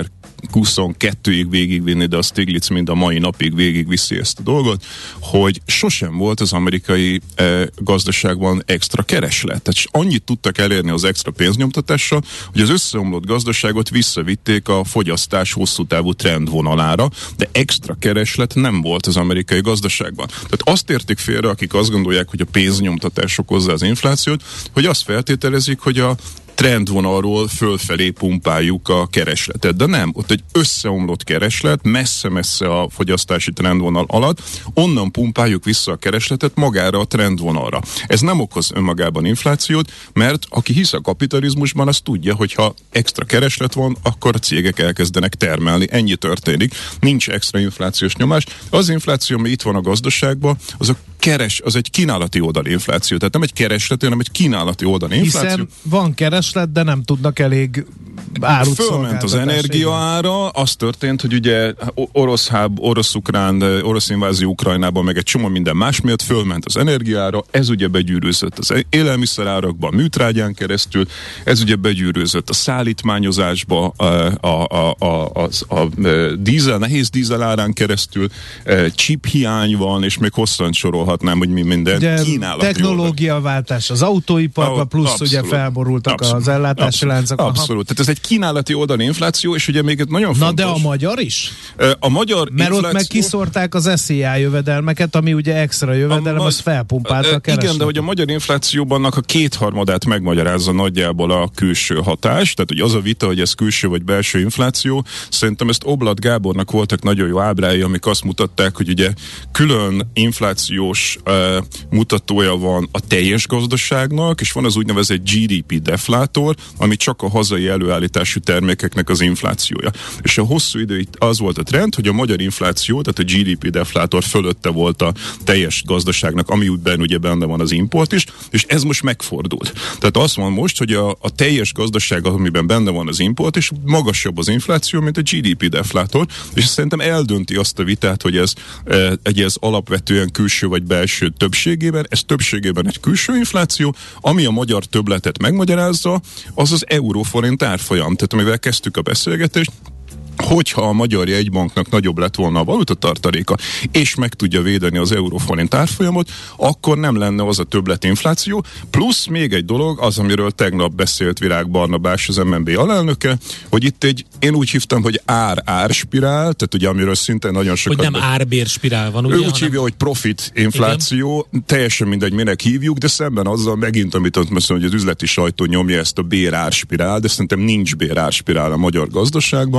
kétezer-huszonkettőig végigvinni, de a Stiglitz mind a mai napig végigviszi ezt a dolgot, hogy sosem volt az amerikai eh, gazdaságban extra kereslet. Tehát annyit tudtak elérni az extra pénznyomtatással, hogy az összeomlott gazdaságot visszavitték a fogyasztás hosszú távú trendvonalára, de extra kereslet nem volt az amerikai gazdaságban. Tehát azt értik félre, akik azt gondolják, hogy a pénznyomtatás okozza az inflációt, hogy azt feltételezik, hogy a trendvonalról fölfelé pumpáljuk a keresletet. De nem, ott egy összeomlott kereslet, messze-messze a fogyasztási trendvonal alatt, onnan pumpáljuk vissza a keresletet magára a trendvonalra. Ez nem okoz önmagában inflációt, mert aki hisz a kapitalizmusban, az tudja, hogy ha extra kereslet van, akkor a cégek elkezdenek termelni. Ennyi történik. Nincs extra inflációs nyomás. Az infláció, ami itt van a gazdaságban, az a keres, az egy kínálati oldali infláció. Tehát nem egy kereslet, hanem egy kínálati oldali infláció.
Hiszen van kereslet, de nem tudnak elég árut
fölment az energiaára, az történt, hogy ugye orosz háb, orosz-ukrán, orosz invázió Ukrajnában, meg egy csomó minden más miatt fölment az energiára, ez ugye begyűrűzött az élelmiszerárakba, a műtrágyán keresztül, ez ugye begyűrűzött a szállítmányozásba, a, a, a, a, a, a dízel, nehéz dízel árán keresztül, chip hiány van, és még hosszan sorolhatnám, hogy mi minden
ugye
kínálati
technológiaváltás az autóiparban, plusz abszolút, ugye felborultak abszolút, az ellátási
abszolút,
láncok.
Abszolút, tehát ez egy kínálati oldali infláció, és ugye még egy nagyon
Na
fontos.
de a magyar is?
A magyar
Mert
infláció...
ott meg kiszórták az es zé á jövedelmeket, ami ugye extra jövedelem, az felpumpálta a keresletet.
Igen, de hogy a magyar inflációban a kétharmadát megmagyarázza nagyjából a külső hatás, tehát hogy az a vita, hogy ez külső vagy belső infláció, szerintem ezt Oblat Gábornak voltak nagyon jó ábrái, amik azt mutatták, hogy ugye külön inflációs uh, mutatója van a teljes gazdaságnak, és van az úgynevezett gé dé pé deflátor, ami csak a hazai előállítású termékeknek az inflációja. És a hosszú idő az volt a trend, hogy a magyar infláció, tehát a gé dé pé deflátor fölötte volt a teljes gazdaságnak, amiben ugye benne van az import is, és ez most megfordult. Tehát azt van most, hogy a, a teljes gazdaság, amiben benne van az import, és magasabb az infláció, mint a gé dé pé deflátor, és szerintem eldönti azt a vitát, hogy ez, egy ez alapvetően külső vagy belső többségében, ez többségében egy külső infláció, ami a magyar többletet megmagyarázza, az az euróforint árfolyam. Tehát amivel kezdtük a beszélgetést, hogyha a magyar jegybanknak nagyobb lett volna a valutatartaléka, és meg tudja védeni az euróforint árfolyamot, akkor nem lenne az a többletinfláció. Plusz még egy dolog, az, amiről tegnap beszélt Virág Barnabás, az em en bé alelnöke, hogy itt egy, én úgy hívtam, hogy ár-árspirál, tehát ugye amiről szintén nagyon sokat...
Hogy nem árbérspirál van, ugye?
Ő úgy hanem... hívja, hogy profit infláció, igen. Teljesen mindegy, minek hívjuk, de szemben azzal megint, amit azt mondom, hogy az üzleti sajtó nyomja ezt a bér-árspirál, de szerintem nincs bér-árspirál a magyar gazdaságban, ami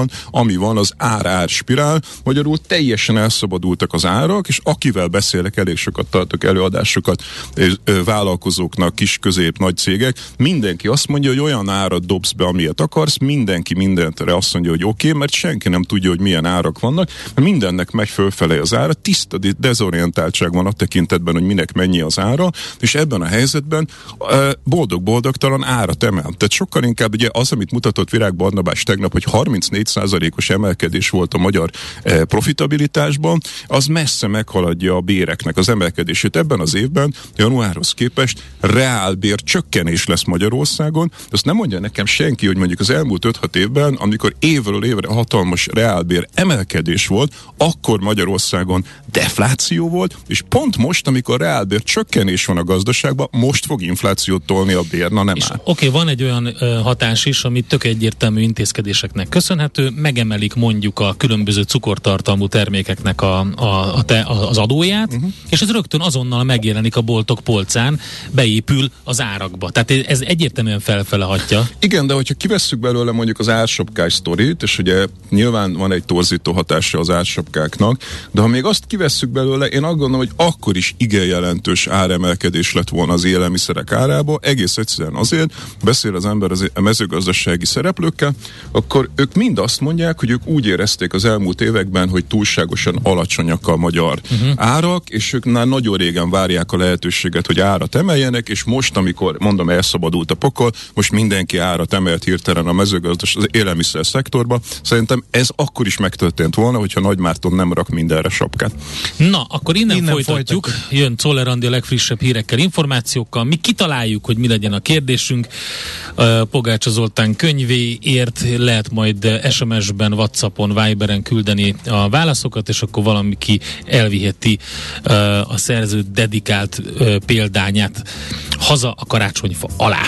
ami van, az ár-ár spirál, magyarul teljesen elszabadultak az árak, és akivel beszélek, elég sokat tartok előadásokat vállalkozóknak, kis, közép, nagy cégek, mindenki azt mondja, hogy olyan árat dobsz be, amilyet akarsz, mindenki mindentre azt mondja, hogy oké, okay, mert senki nem tudja, hogy milyen árak vannak, mert mindennek megy fölfele az ára, tiszta dezorientáltság van a tekintetben, hogy minek mennyi az ára, és ebben a helyzetben boldog-boldogtalan árat emel. Tehát sokkal inkább ugye az, amit mutatott Virág Barnabás tegnap, hogy harmincnégy százalékos emelkedés volt a magyar profitabilitásban, az messze meghaladja a béreknek az emelkedését. Ebben az évben januárhoz képest reálbér csökkenés lesz Magyarországon. Azt nem mondja nekem senki, hogy mondjuk az elmúlt öt-hat évben, amikor évről évre hatalmas reálbér emelkedés volt, akkor Magyarországon defláció volt, és pont most, amikor reálbér csökkenés van a gazdaságban, most fog inflációt tolni a bér, na nem áll.
Oké, okay, van egy olyan ö, hatás is, ami tök egyértelmű intézkedéseknek köszönhető, megemelik mondjuk a különböző cukortartalmú termékeknek a, a, a te, az adóját, uh-huh. és ez rögtön azonnal megjelenik a boltok polcán, beépül az árakba. Tehát ez egyértelműen felfele hatja.
Igen, de hogyha kivesszük belőle mondjuk az ársapkás sztorit, és ugye nyilván van egy torzító hatása az ársapkáknak, de ha még azt kivesszük belőle, én azt gondolom, hogy akkor is igen jelentős áremelkedés lett volna az élelmiszerek árába, egész egyszerűen azért, beszél az ember az a mezőgazdasági szereplőkkel, akkor ők mind azt mondják, hogy ők úgy érezték az elmúlt években, hogy túlságosan alacsonyak a magyar uh-huh. árak, és ők már nagyon régen várják a lehetőséget, hogy árat emeljenek, és most, amikor mondom, elszabadult a pokol, most mindenki árat emelt hirtelen a mezőgazdaság, az élelmiszer szektorba. Szerintem ez akkor is megtörtént volna, hogyha Nagy Márton nem rak mindenre sapkát.
Na, akkor innen, innen folytatjuk. folytatjuk. Jön Czoller Andi a legfrissebb hírekkel, információkkal. Mi kitaláljuk, hogy mi legyen a kérdésünk. Uh, Pogácsa Zoltán könyvéért lehet majd es em es-ben, WhatsAppon, Viberen küldeni a válaszokat, és akkor valaki elviheti uh, a szerző dedikált uh, példányát haza a karácsonyfa alá.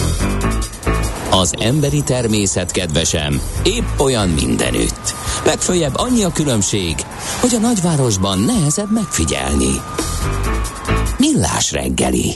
Az emberi természet, kedvesem, épp olyan mindenütt. Legföljebb annyi a különbség, hogy a nagyvárosban nehezebb megfigyelni. Millás reggeli.